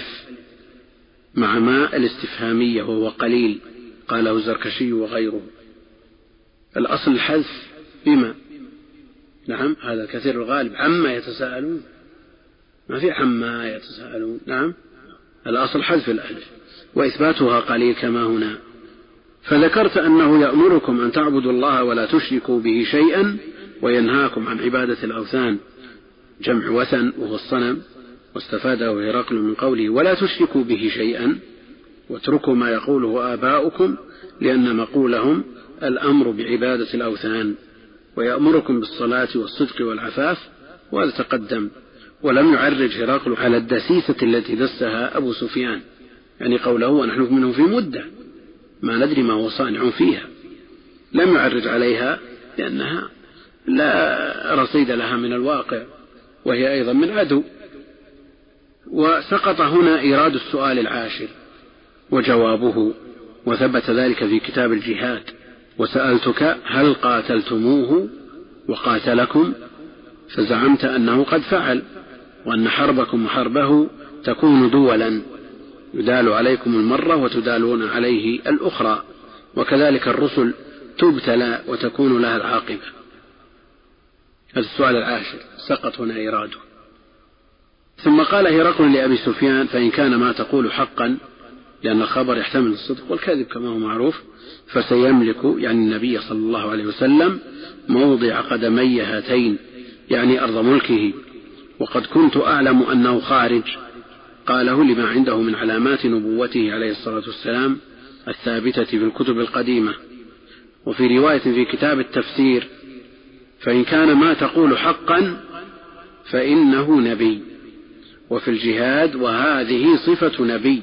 [SPEAKER 2] مع ما الاستفهامية، وهو قليل، قاله الزركشي وغيره. الأصل الحذف بما نعم هذا كثير الغالب عما يتساءلون، ما في عما يتساءلون. نعم الأصل حذف الألف وإثباتها قليل كما هنا. فذكرت أنه يأمركم أن تعبدوا الله ولا تشركوا به شيئا وينهاكم عن عبادة الأوثان، جمع وثن وهو الصنم، واستفاده هرقل من قوله ولا تشركوا به شيئا واتركوا ما يقوله آباؤكم، لأن مقولهم الأمر بعبادة الأوثان. ويأمركم بالصلاة والصدق والعفاف، وهذا تقدم. ولم يعرج هرقل على الدسيسة التي دسها أبو سفيان، يعني قوله ونحن منه في مدة ما ندري ما هو صانع فيها، لم يعرج عليها لأنها لا رصيد لها من الواقع، وهي أيضا من عدو. وسقط هنا إيراد السؤال العاشر وجوابه، وثبت ذلك في كتاب الجهاد. وسألتك هل قاتلتموه وقاتلكم، فزعمت أنه قد فعل، وأن حربكم وحربه تكون دولا، يدال عليكم المرة وتدالون عليه الأخرى، وكذلك الرسل تبتلى وتكون لها العاقبة. هذا السؤال العاشر سقط هنا إيراده. ثم قال هرقل لأبي سفيان فإن كان ما تقول حقا، لأن الخبر يحتمل الصدق والكذب كما هو معروف، فسيملك يعني النبي صلى الله عليه وسلم موضع قدمي هاتين، يعني أرض ملكه، وقد كنت أعلم أنه خارج. قاله لما عنده من علامات نبوته عليه الصلاة والسلام الثابتة في الكتب القديمة. وفي رواية في كتاب التفسير فإن كان ما تقول حقا فإنه نبي. وفي الجهاد وهذه صفة نبي.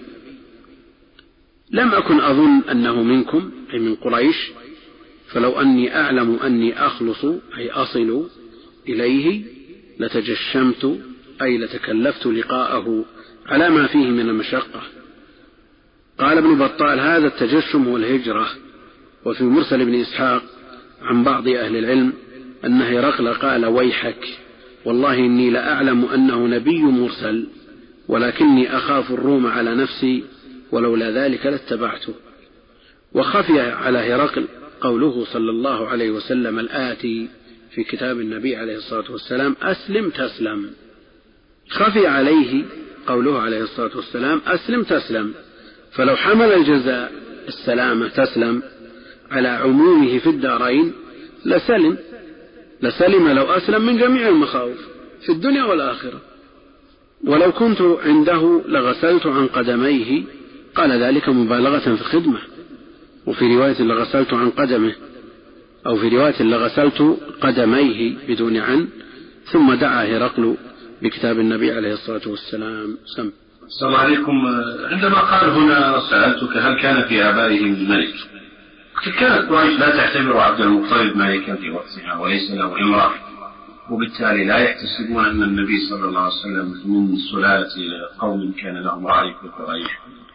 [SPEAKER 2] لم أكن أظن أنه منكم أي من قريش، فلو أني أعلم أني أخلص أي أصل إليه لتجشمت أي لتكلفت لقاءه على ما فيه من المشقة. قال ابن بطال هذا التجشم هو الهجرة. وفي مرسل ابن إسحاق عن بعض أهل العلم أن هرقل قال ويحك والله إني لأعلم أنه نبي مرسل، ولكني أخاف الروم على نفسي، ولولا ذلك لاتبعته. وخفي على هرقل قوله صلى الله عليه وسلم الآتي في كتاب النبي عليه الصلاة والسلام أسلم تسلم، خفي عليه قوله عليه الصلاة والسلام أسلم تسلم، فلو حمل الجزاء السلامة تسلم على عمومه في الدارين لسلم لسلم لو أسلم من جميع المخاوف في الدنيا والآخرة. ولو كنت عنده لغسلت عن قدميه، قال ذلك مبالغة في الخدمة. وفي رواية لغسلت عن قدمه، أو في رواية لغسلت قدميه بدون عن. ثم دعا هرقل بكتاب النبي عليه الصلاة والسلام. سم
[SPEAKER 1] السلام عليكم. عندما قال هنا سألتك هل كان في آبائهم ملك، كانت قريش لا تعتبر عبد المطلب ملكا في وقتها وليس له امرأة، وبالتالي لا يحتسبون أن النبي صلى الله عليه وسلم من سلالة قوم كان لهم رأي في قريش.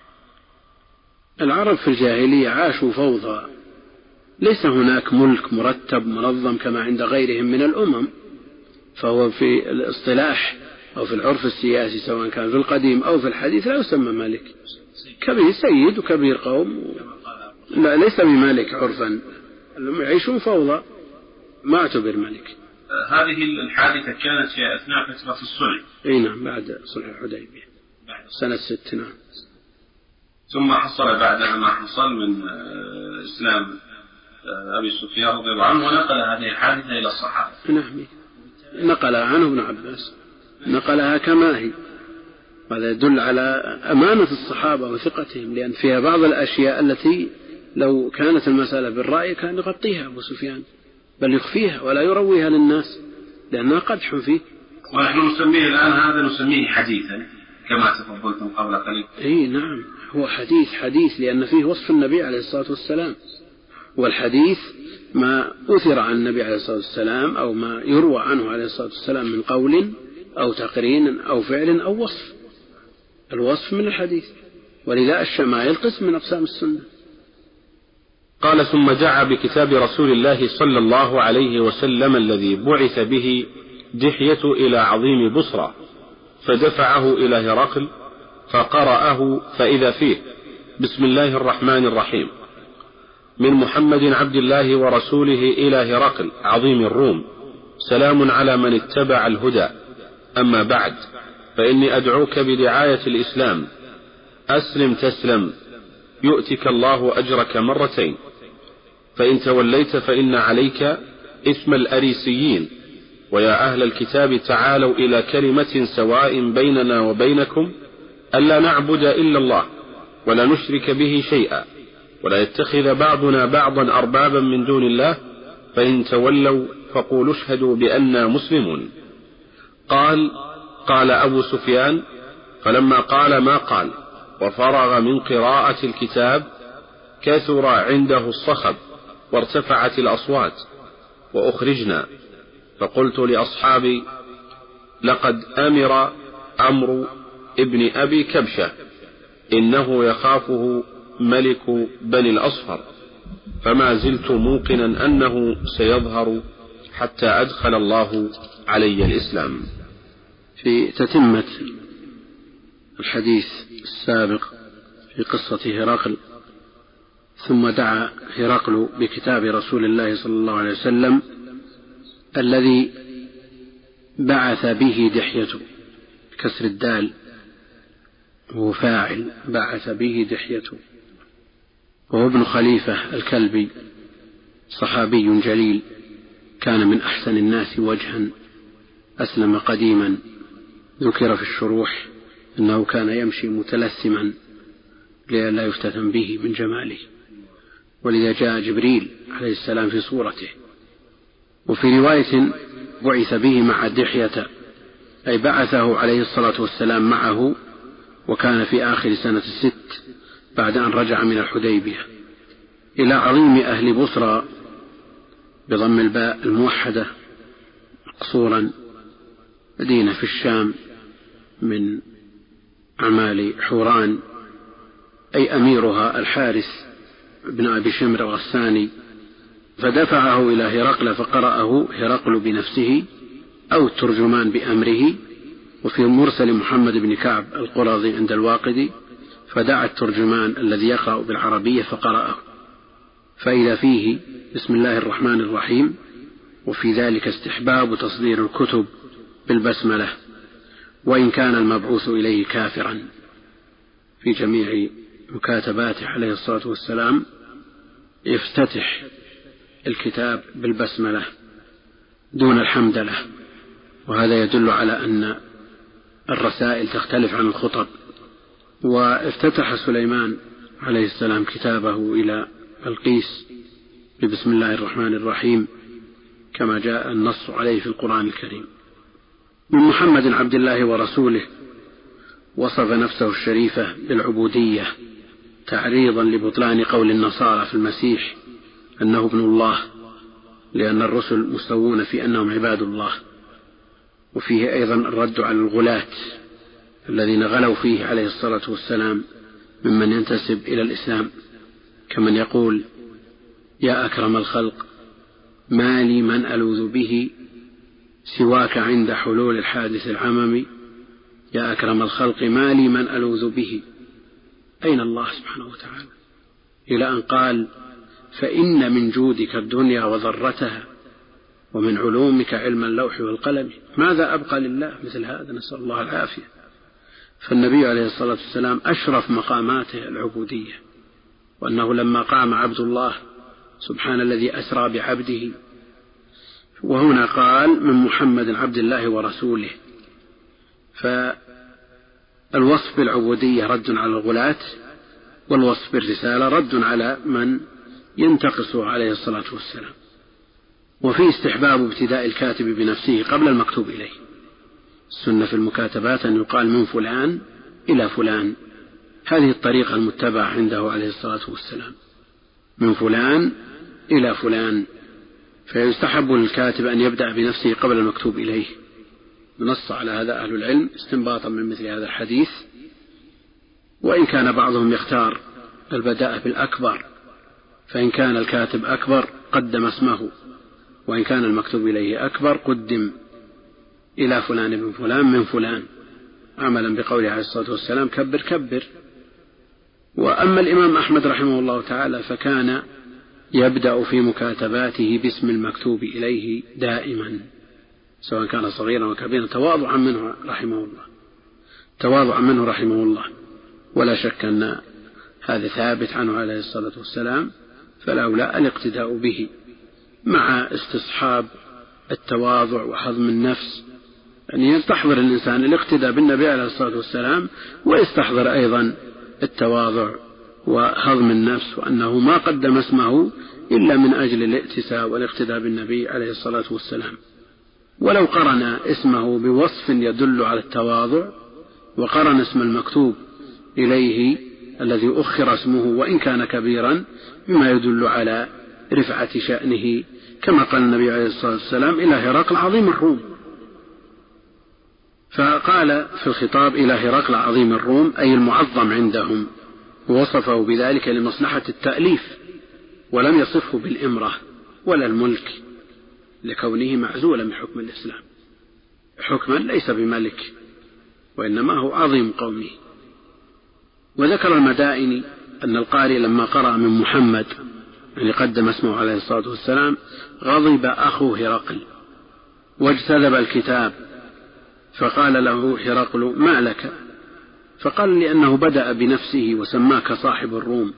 [SPEAKER 2] العرب في الجاهلية عاشوا فوضى، ليس هناك ملك مرتب منظم كما عند غيرهم من الأمم، فهو في الاصطلاح أو في العرف السياسي سواء كان في القديم أو في الحديث لا يسمى ملك، كبير سيد وكبير قوم، لا ليس بملك عرفا، يعيشون فوضى ما اعتبر ملك.
[SPEAKER 1] هذه الحادثة كانت في أثناء فترة الصلح.
[SPEAKER 2] اي نعم بعد صلح الحديبية سنة ست. نعم.
[SPEAKER 1] ثم حصل بعدها ما حصل من إسلام أبي سفيان رضي الله عنه، ونقل هذه الحادثة إلى الصحابة.
[SPEAKER 2] نعم نقلها عنه ابن عباس، نقلها كما هي. هذا يدل على أمانة الصحابة وثقتهم، لأن فيها بعض الأشياء التي لو كانت المسألة بالرأي كان يغطيها أبو سفيان، بل يخفيها ولا يرويها للناس لأنها قدح فيه.
[SPEAKER 1] ونحن نسميه الآن هذا نسميه حديثا كما تفضلتم قبل قليل.
[SPEAKER 2] اي نعم هو حديث حديث لأن فيه وصف النبي عليه الصلاة والسلام، والحديث ما أثر عن النبي عليه الصلاة والسلام أو ما يروى عنه عليه الصلاة والسلام من قول أو تقرين أو فعل أو وصف. الوصف من الحديث، ولذا الشمائل قسم من أقسام السنة.
[SPEAKER 1] قال ثم دعا بكتاب رسول الله صلى الله عليه وسلم الذي بعث به دحية إلى عظيم بصرى، فدفعه إلى هرقل فقرأه فإذا فيه بسم الله الرحمن الرحيم. من محمد عبد الله ورسوله إلى هرقل عظيم الروم، سلام على من اتبع الهدى، أما بعد، فإني أدعوك بدعاية الإسلام، أسلم تسلم يؤتك الله أجرك مرتين، فإن توليت فإن عليك إثم الأريسيين. ويا أهل الكتاب تعالوا إلى كلمة سواء بيننا وبينكم ألا نعبد إلا الله ولا نشرك به شيئا ولا يتخذ بعضنا بعضا أربابا من دون الله، فإن تولوا فقولوا اشهدوا بأننا مسلمون. قال قال أبو سفيان، فلما قال ما قال وفرغ من قراءة الكتاب كثر عنده الصخب وارتفعت الأصوات وأخرجنا، فقلت لأصحابي لقد أمر عمرو ابن أبي كبشة إنه يخافه ملك بني الأصفر، فما زلت موقنا أنه سيظهر حتى أدخل الله علي الإسلام.
[SPEAKER 2] في تتمة الحديث السابق في قصة هرقل، ثم دعا هرقل بكتاب رسول الله صلى الله عليه وسلم الذي بعث به دحيته، كسر الدال هو فاعل، بعث به دحيته، وهو ابن خليفة الكلبي، صحابي جليل، كان من أحسن الناس وجها، أسلم قديما، ذكر في الشروح أنه كان يمشي متلثما لئلا يفتتن به من جماله، ولذا جاء جبريل عليه السلام في صورته. وفي رواية بعث به مع دحية، أي بعثه عليه الصلاة والسلام معه، وكان في آخر سنة الست بعد أن رجع من الحديبية، إلى عظيم أهل بصرى بضم الباء الموحدة مقصورا، مدينة في الشام من أعمال حوران، أي أميرها الحارث بن أبي شمر الغساني، فدفعه إلى هرقل فقرأه هرقل بنفسه أو الترجمان بأمره. وفي مرسل محمد بن كعب القرظي عند الواقدي فدعا الترجمان الذي يقرأ بالعربية فقرأه، فإذا فيه بسم الله الرحمن الرحيم، وفي ذلك استحباب تصدير الكتب بالبسملة وإن كان المبعوث إليه كافرا. في جميع مكاتباته عليه الصلاة والسلام يفتتح الكتاب بالبسملة دون الحمدلة، وهذا يدل على أن الرسائل تختلف عن الخطب. وافتتح سليمان عليه السلام كتابه إلى بلقيس ببسم الله الرحمن الرحيم كما جاء النص عليه في القرآن الكريم. من محمد عبد الله ورسوله وصف نفسه الشريفة بالعبودية تعريضا لبطلان قول النصارى في المسيح أنه ابن الله، لأن الرسل مستوون في أنهم عباد الله. وفيه أيضا الرد على الغلاة الذين غلوا فيه عليه الصلاة والسلام ممن ينتسب إلى الإسلام، كمن يقول يا أكرم الخلق ما لي من ألوذ به سواك عند حلول الحادث العمم، يا أكرم الخلق ما لي من ألوذ به، أين الله سبحانه وتعالى؟ إلى أن قال فإن من جودك الدنيا وضرتها ومن علومك علم اللوح والقلم، ماذا أبقى لله مثل هذا؟ نسأل الله العافية. فالنبي عليه الصلاة والسلام أشرف مقاماته العبودية، وأنه لما قام عبد الله سبحان الذي أسرى بعبده، وهنا قال من محمد عبد الله ورسوله، فالوصف بالعبودية رد على الغلاة، والوصف بالرسالة رد على من ينتقصه عليه الصلاة والسلام. وفي استحباب ابتداء الكاتب بنفسه قبل المكتوب إليه. السنة في المكاتبات أن يقال من فلان إلى فلان، هذه الطريقة المتبعة عنده عليه الصلاة والسلام، من فلان إلى فلان. فيستحب للكاتب أن يبدأ بنفسه قبل المكتوب إليه. نص على هذا أهل العلم استنباطا من مثل هذا الحديث، وإن كان بعضهم يختار البداء بالأكبر، فإن كان الكاتب أكبر قدم اسمه، وإن كان المكتوب إليه أكبر قدم إلى فلان من فلان من فلان، عملا بقوله عليه الصلاة والسلام كبر كبر. وأما الإمام أحمد رحمه الله تعالى فكان يبدأ في مكاتباته باسم المكتوب إليه دائما سواء كان صغيرا وكبيرا تواضعا منه رحمه الله تواضعا منه رحمه الله. ولا شك أن هذا ثابت عنه عليه الصلاة والسلام، فالأولى الاقتداء به مع استصحاب التواضع وحظم النفس، يعني يستحضر الإنسان الاقتداء بالنبي عليه الصلاة والسلام ويستحضر أيضا التواضع وهضم النفس، وأنه ما قدم اسمه إلا من أجل الائتساء والاقتداء بالنبي عليه الصلاة والسلام. ولو قرن اسمه بوصف يدل على التواضع وقرن اسم المكتوب إليه الذي أخر اسمه وإن كان كبيرا بما يدل على رفعة شأنه، كما قال النبي عليه الصلاة والسلام إلى هرقل عظيم الروم، فقال في الخطاب إلى هرقل عظيم الروم أي المعظم عندهم، ووصفه بذلك لمصلحة التأليف، ولم يصفه بالإمرة ولا الملك لكونه معزولا من حكم الإسلام، حكما ليس بملك وإنما هو عظيم قومه. وذكر المدائني أن القارئ لما قرأ من محمد يعني قدم اسمه عليه الصلاة والسلام غضب أخو هرقل واجتذب الكتاب، فقال له هرقل ما لك؟ فقال لأنه بدأ بنفسه وسماك صاحب الروم.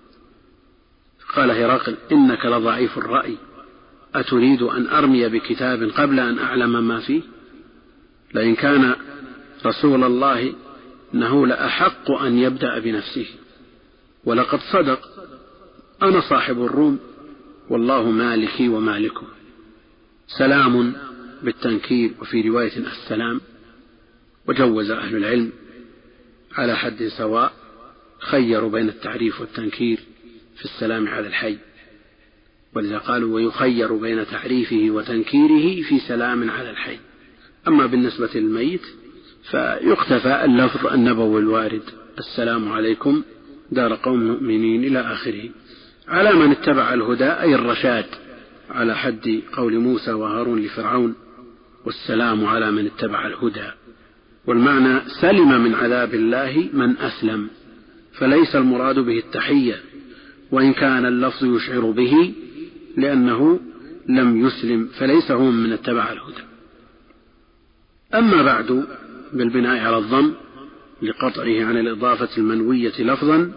[SPEAKER 2] قال هرقل إنك لضعيف الرأي، أتريد أن أرمي بكتاب قبل أن أعلم ما فيه؟ لئن كان رسول الله إنه لأحق أن يبدأ بنفسه، ولقد صدق، أنا صاحب الروم والله مالكي ومالكه. سلام بالتنكير وفي رواية السلام، وجوز أهل العلم على حد سواء، خيروا بين التعريف والتنكير في السلام على الحي، ولذا قالوا ويخير بين تعريفه وتنكيره في سلام على الحي. أما بالنسبة للميت فيقتفى اللفظ النبوي الوارد السلام عليكم دار قوم مؤمنين إلى آخره، على من اتبع الهدى أي الرشاد، على حد قول موسى وهارون لفرعون والسلام على من اتبع الهدى. والمعنى سلم من عذاب الله من أسلم، فليس المراد به التحية وإن كان اللفظ يشعر به لأنه لم يسلم، فليس هو من اتبع الهدى. أما بعد بالبناء على الضم لقطعه عن الإضافة المنوية لفظا،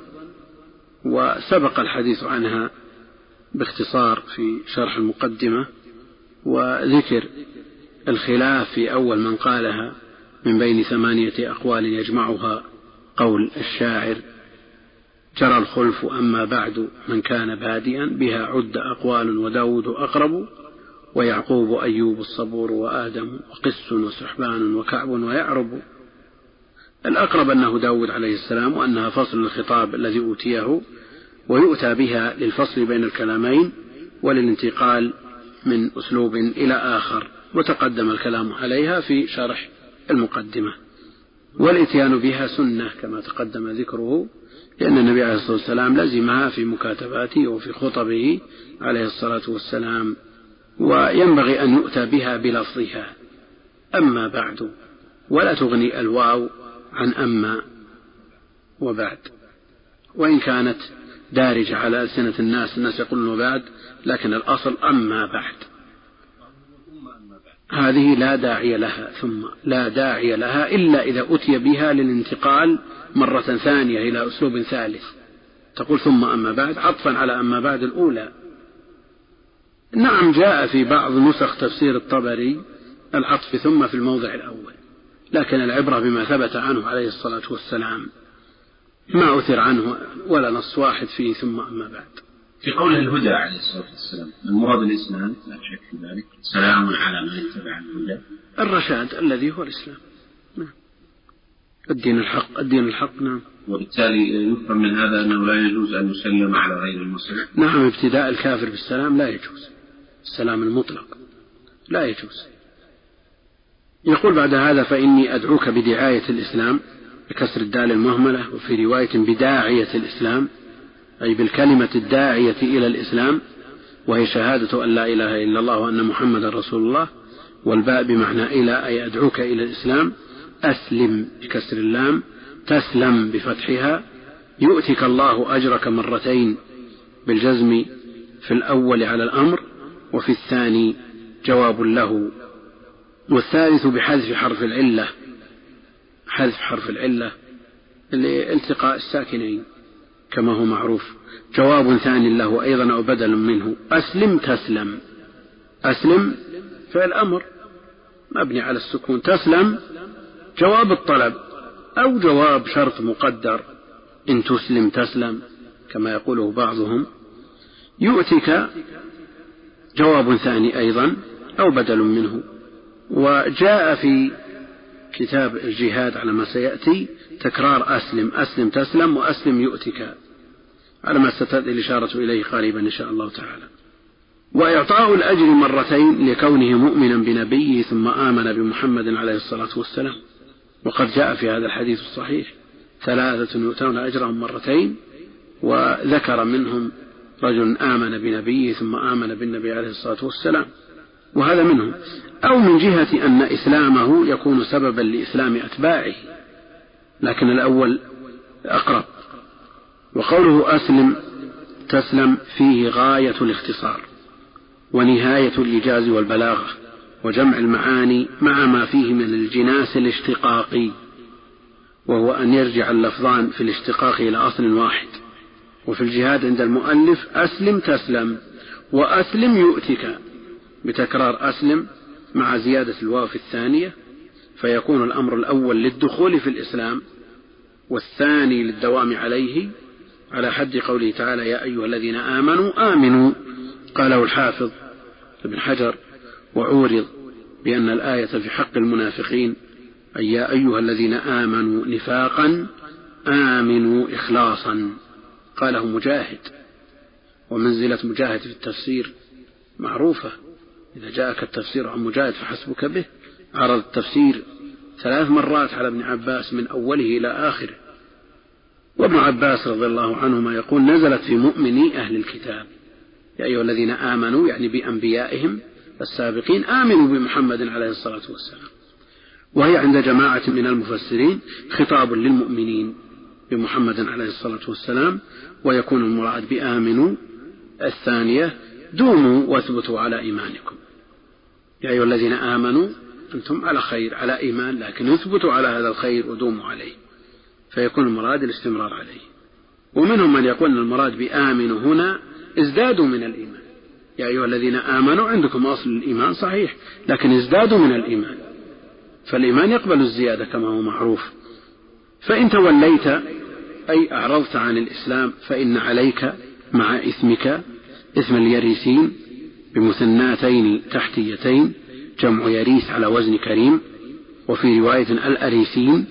[SPEAKER 2] وسبق الحديث عنها باختصار في شرح المقدمة وذكر الخلاف في أول من قالها من بين ثمانية أقوال يجمعها قول الشاعر جرى الخلف أما بعد من كان بادئا بها عد أقوال وداود أقرب ويعقوب أيوب الصبور وآدم وقس وسحبان وكعب ويعرب. الأقرب أنه داود عليه السلام، وأنها فصل الخطاب الذي أوتيه ويؤتى بها للفصل بين الكلامين وللانتقال من أسلوب إلى آخر، وتقدم الكلام عليها في شرح المقدمة. والإتيان بها سنة كما تقدم ذكره، لأن النبي عليه الصلاة والسلام لزمها في مكاتباته وفي خطبه عليه الصلاة والسلام، وينبغي أن يؤتى بها بلفظها أما بعد، ولا تغني الواو عن أما وبعد، وإن كانت دارجة على ألسنة الناس، الناس يقولون وبعد، لكن الأصل أما بعد. هذه لا داعي لها، ثم لا داعي لها إلا إذا أتي بها للانتقال مرة ثانية إلى أسلوب ثالث، تقول ثم أما بعد عطفا على أما بعد الأولى. نعم جاء في بعض نسخ تفسير الطبري العطف ثم في الموضع الأول، لكن العبرة بما ثبت عنه عليه الصلاة والسلام، ما أثر عنه ولا نص واحد فيه ثم أما بعد.
[SPEAKER 3] في قول الهدى عليه الصلاة والسلام المراد الإسلام لا شك في ذلك، سلام على من اتبع الهدى،
[SPEAKER 2] الرشاد الذي هو الإسلام، نعم، الدين الحق، الدين الحق، نعم.
[SPEAKER 3] وبالتالي يفهم من هذا أنه لا يجوز أن يسلم على غير المسلم.
[SPEAKER 2] نعم، ابتداء الكافر بالسلام لا يجوز، السلام المطلق لا يجوز. يقول بعد هذا فإني أدعوك بدعاية الإسلام بكسر الدال المهملة، وفي رواية بداعية الإسلام أي بالكلمة الداعية إلى الإسلام، وهي شهادة أن لا إله إلا الله وأن محمد رسول الله، والباء بمعنى إلى أي أدعوك إلى الإسلام. أسلم بكسر اللام، تسلم بفتحها، يؤتك الله أجرك مرتين بالجزم في الأول على الأمر، وفي الثاني جواب له. والثالث بحذف حرف العلة، حذف حرف العلة لالتقاء الساكنين كما هو معروف. جواب ثاني له أيضا أو بدل منه. أسلم تسلم، أسلم فعل أمر مبني على السكون، تسلم جواب الطلب أو جواب شرط مقدر، إن تسلم تسلم كما يقوله بعضهم. يؤتك جواب ثاني أيضا أو بدل منه. وجاء في كتاب الجهاد على ما سيأتي تكرار أسلم، أسلم تسلم وأسلم يؤتك، على ما ستأتي الإشارة إليه قريبا إن شاء الله تعالى. وإعطاء الأجر مرتين لكونه مؤمنا بنبيه ثم آمن بمحمد عليه الصلاة والسلام، وقد جاء في هذا الحديث الصحيح ثلاثة يؤتون أجرهم مرتين، وذكر منهم رجل آمن بنبيه ثم آمن بالنبي عليه الصلاة والسلام، وهذا منهم. أو من جهة أن إسلامه يكون سببا لإسلام أتباعه، لكن الأول أقرب. وقوله أسلم تسلم فيه غاية الاختصار ونهاية الإيجاز والبلاغة وجمع المعاني مع ما فيه من الجناس الاشتقاقي، وهو أن يرجع اللفظان في الاشتقاق إلى أصل واحد. وفي الجهاد عند المؤلف أسلم تسلم وأسلم يؤتك بتكرار أسلم مع زيادة الواو في الثانية، فيكون الأمر الأول للدخول في الإسلام والثاني للدوام عليه، على حد قوله تعالى يا أيها الذين آمنوا آمنوا. قاله الحافظ ابن حجر وعورض بأن الآية في حق المنافقين أي يا أيها الذين آمنوا نفاقا آمنوا إخلاصا. قاله مجاهد، ومنزلة مجاهد في التفسير معروفة، إذا جاءك التفسير عن مجاهد فحسبك به. عرض التفسير ثلاث مرات على ابن عباس من أوله إلى آخره. وابن عباس رضي الله عنهما يقول نزلت في مؤمني أهل الكتاب يا أيها الذين آمنوا، يعني بأنبيائهم السابقين، آمنوا بمحمد عليه الصلاة والسلام. وهي عند جماعة من المفسرين خطاب للمؤمنين بمحمد عليه الصلاة والسلام، ويكون المراد بآمنوا الثانية دوموا واثبتوا على إيمانكم. يا أيها الذين آمنوا أنتم على خير على إيمان، لكن اثبتوا على هذا الخير ودوموا عليه، فيكون المراد الاستمرار عليه. ومنهم من يقول المراد بآمنوا هنا ازدادوا من الإيمان. يا أيها الذين آمنوا عندكم أصل الإيمان صحيح، لكن ازدادوا من الإيمان، فالإيمان يقبل الزيادة كما هو معروف. فإن توليت أي أعرضت عن الإسلام فإن عليك مع إثمك اسم اليريسين بمثناتين تحتيتين، جمع يريس على وزن كريم. وفي رواية الأريسين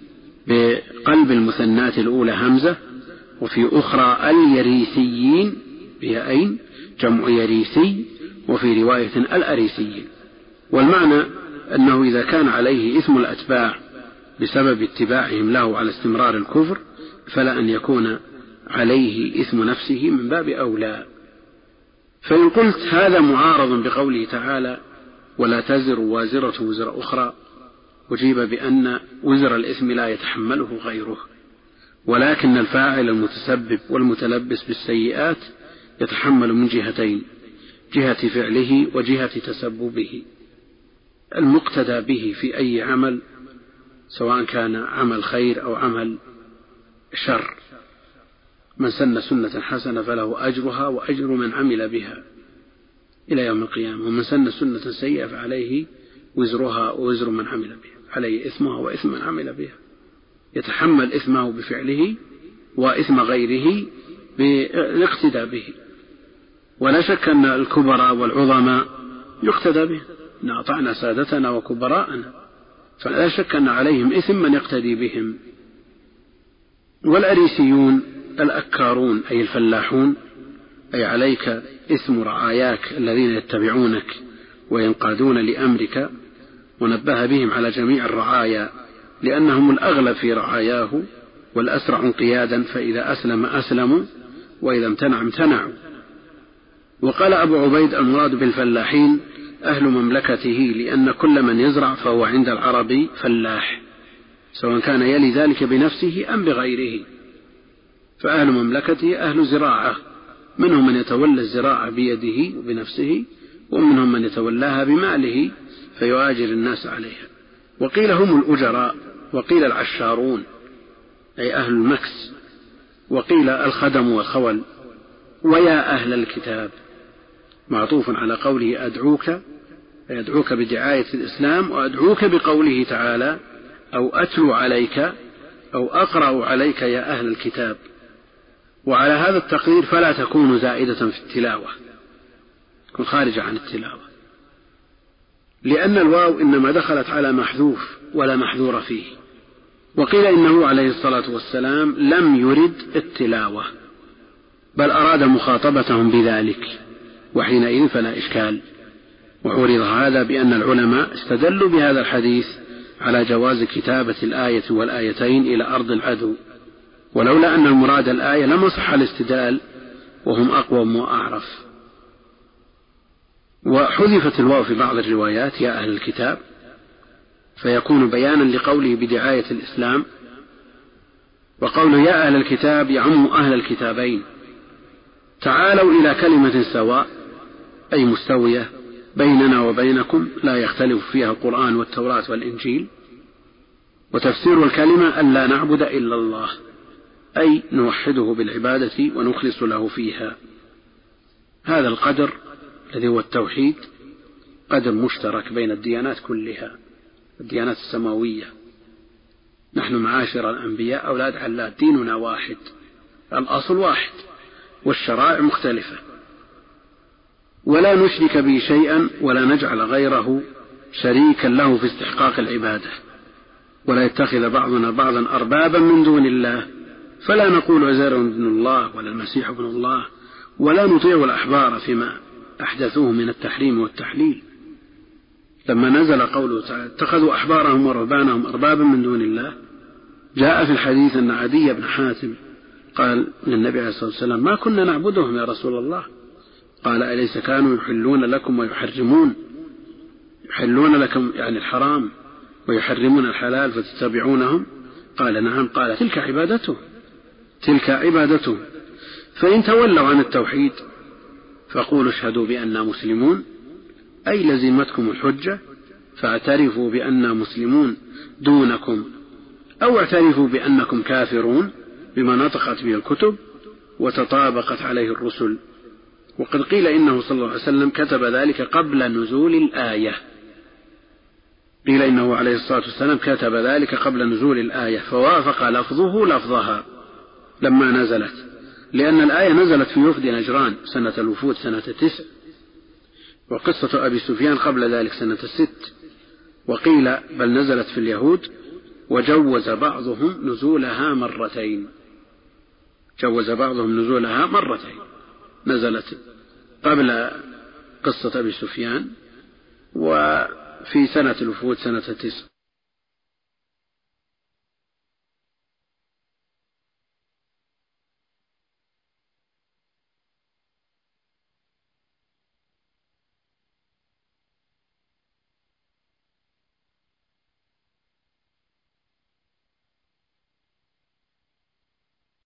[SPEAKER 2] بقلب المثنات الأولى همزة، وفي أخرى اليريسيين بياءين جمع يريسي، وفي رواية الأريسيين. والمعنى أنه إذا كان عليه إثم الأتباع بسبب اتباعهم له على استمرار الكفر، فلا أن يكون عليه إثم نفسه من باب أولى. فإن قلت هذا معارض بقوله تعالى ولا تزر وازرة وزر أخرى، أجيب بأن وزر الإثم لا يتحمله غيره، ولكن الفاعل المتسبب والمتلبس بالسيئات يتحمل من جهتين، جهة فعله وجهة تسببه. المقتدى به في أي عمل سواء كان عمل خير أو عمل شر، من سن سنة حسنة فله أجرها وأجر من عمل بها إلى يوم القيامة، ومن سن سنة سيئة فعليه وزرها ووزر من عمل بها، عليه إثمها وإثم من عمل بها. يتحمل إثمه بفعله وإثم غيره بالاقتداء به. ولا شك أن الكبراء والعظماء يقتدى به، إن أطعنا سادتنا وكبراءنا، فلا شك أن عليهم إثم من يقتدي بهم. والأريسيون الأكارون أي الفلاحون، أي عليك إثم رعاياك الذين يتبعونك وينقادون لأمرك، ونبه بهم على جميع الرعايا لأنهم الأغلب في رعاياه والأسرع انقيادا، فإذا أسلم أسلموا وإذا امتنع امتنعوا. وقال أبو عبيد المراد بالفلاحين أهل مملكته، لأن كل من يزرع فهو عند العربي فلاح، سواء كان يلي ذلك بنفسه أم بغيره، فأهل مملكته أهل زراعة منهم من يتولى الزراعة بيده وبنفسه، ومنهم من يتولاها بماله فيؤاجر الناس عليها. وقيل هم الأجراء، وقيل العشارون أي أهل المكس، وقيل الخدم والخول. ويا أهل الكتاب معطوف على قوله أدعوك، يدعوك بدعاية الإسلام، وأدعوك بقوله تعالى أو أتلو عليك أو أقرأ عليك يا أهل الكتاب. وعلى هذا التقدير فلا تكون زائدة في التلاوة، تكون خارجة عن التلاوة، لأن الواو إنما دخلت على محذوف ولا محذور فيه. وقيل إنه عليه الصلاة والسلام لم يرد التلاوة، بل أراد مخاطبتهم بذلك، وحينئذ فلا إشكال. وعرض هذا بأن العلماء استدلوا بهذا الحديث على جواز كتابة الآية والآيتين إلى أرض العدو، ولولا أن المراد الآية لما صح الاستدلال، وهم أقوم وأعرف. وحذفت الواو في بعض الروايات يا أهل الكتاب، فيكون بيانا لقوله بدعاية الإسلام. وقوله يا أهل الكتاب يعم أهل الكتابين. تعالوا إلى كلمة سواء أي مستوية بيننا وبينكم لا يختلف فيها القرآن والتوراة والإنجيل. وتفسير الكلمة أن لا نعبد إلا الله، أي نوحده بالعبادة ونخلص له فيها. هذا القدر الذي هو التوحيد قدر مشترك بين الديانات كلها، الديانات السماوية. نحن معاشر الأنبياء أولاد علات، ديننا واحد، الأصل واحد، والشرائع مختلفة، ولا نشرك به شيئا ولا نجعل غيره شريكا له في استحقاق العبادة، ولا يتخذ بعضنا بعضا أربابا من دون الله، فلا نقول عزير ابن الله ولا المسيح ابن الله، ولا نطيع الأحبار فيما أحدثوه من التحريم والتحليل. لما نزل قوله تعالى اتخذوا أحبارهم ورهبانهم أربابا من دون الله، جاء في الحديث أن عدي بن حاتم قال للنبي عليه الصلاة والسلام ما كنا نعبدهم يا رسول الله. قال أليس كانوا يحلون لكم ويحرمون، يحلون لكم يعني الحرام ويحرمون الحلال فتتبعونهم؟ قال نعم. قال تلك عبادته، تلك عبادته. فإن تولوا عن التوحيد فقولوا اشهدوا بأننا مسلمون، أي لزمتكم الحجة فاعترفوا بأننا مسلمون دونكم، أو اعترفوا بأنكم كافرون بما نطقت به الكتب وتطابقت عليه الرسل. وقد قيل إنه صلى الله عليه وسلم كتب ذلك قبل نزول الآية، قيل إنه عليه الصلاة والسلام كتب ذلك قبل نزول الآية، فوافق لفظه لفظها لما نزلت، لأن الآية نزلت في وفد نجران سنة الوفود سنة تسع، وقصة أبي سفيان قبل ذلك سنة ست. وقيل بل نزلت في اليهود، وجوز بعضهم نزولها مرتين، جوز بعضهم نزولها مرتين، نزلت قبل قصة أبي سفيان وفي سنة الوفود سنة تسع.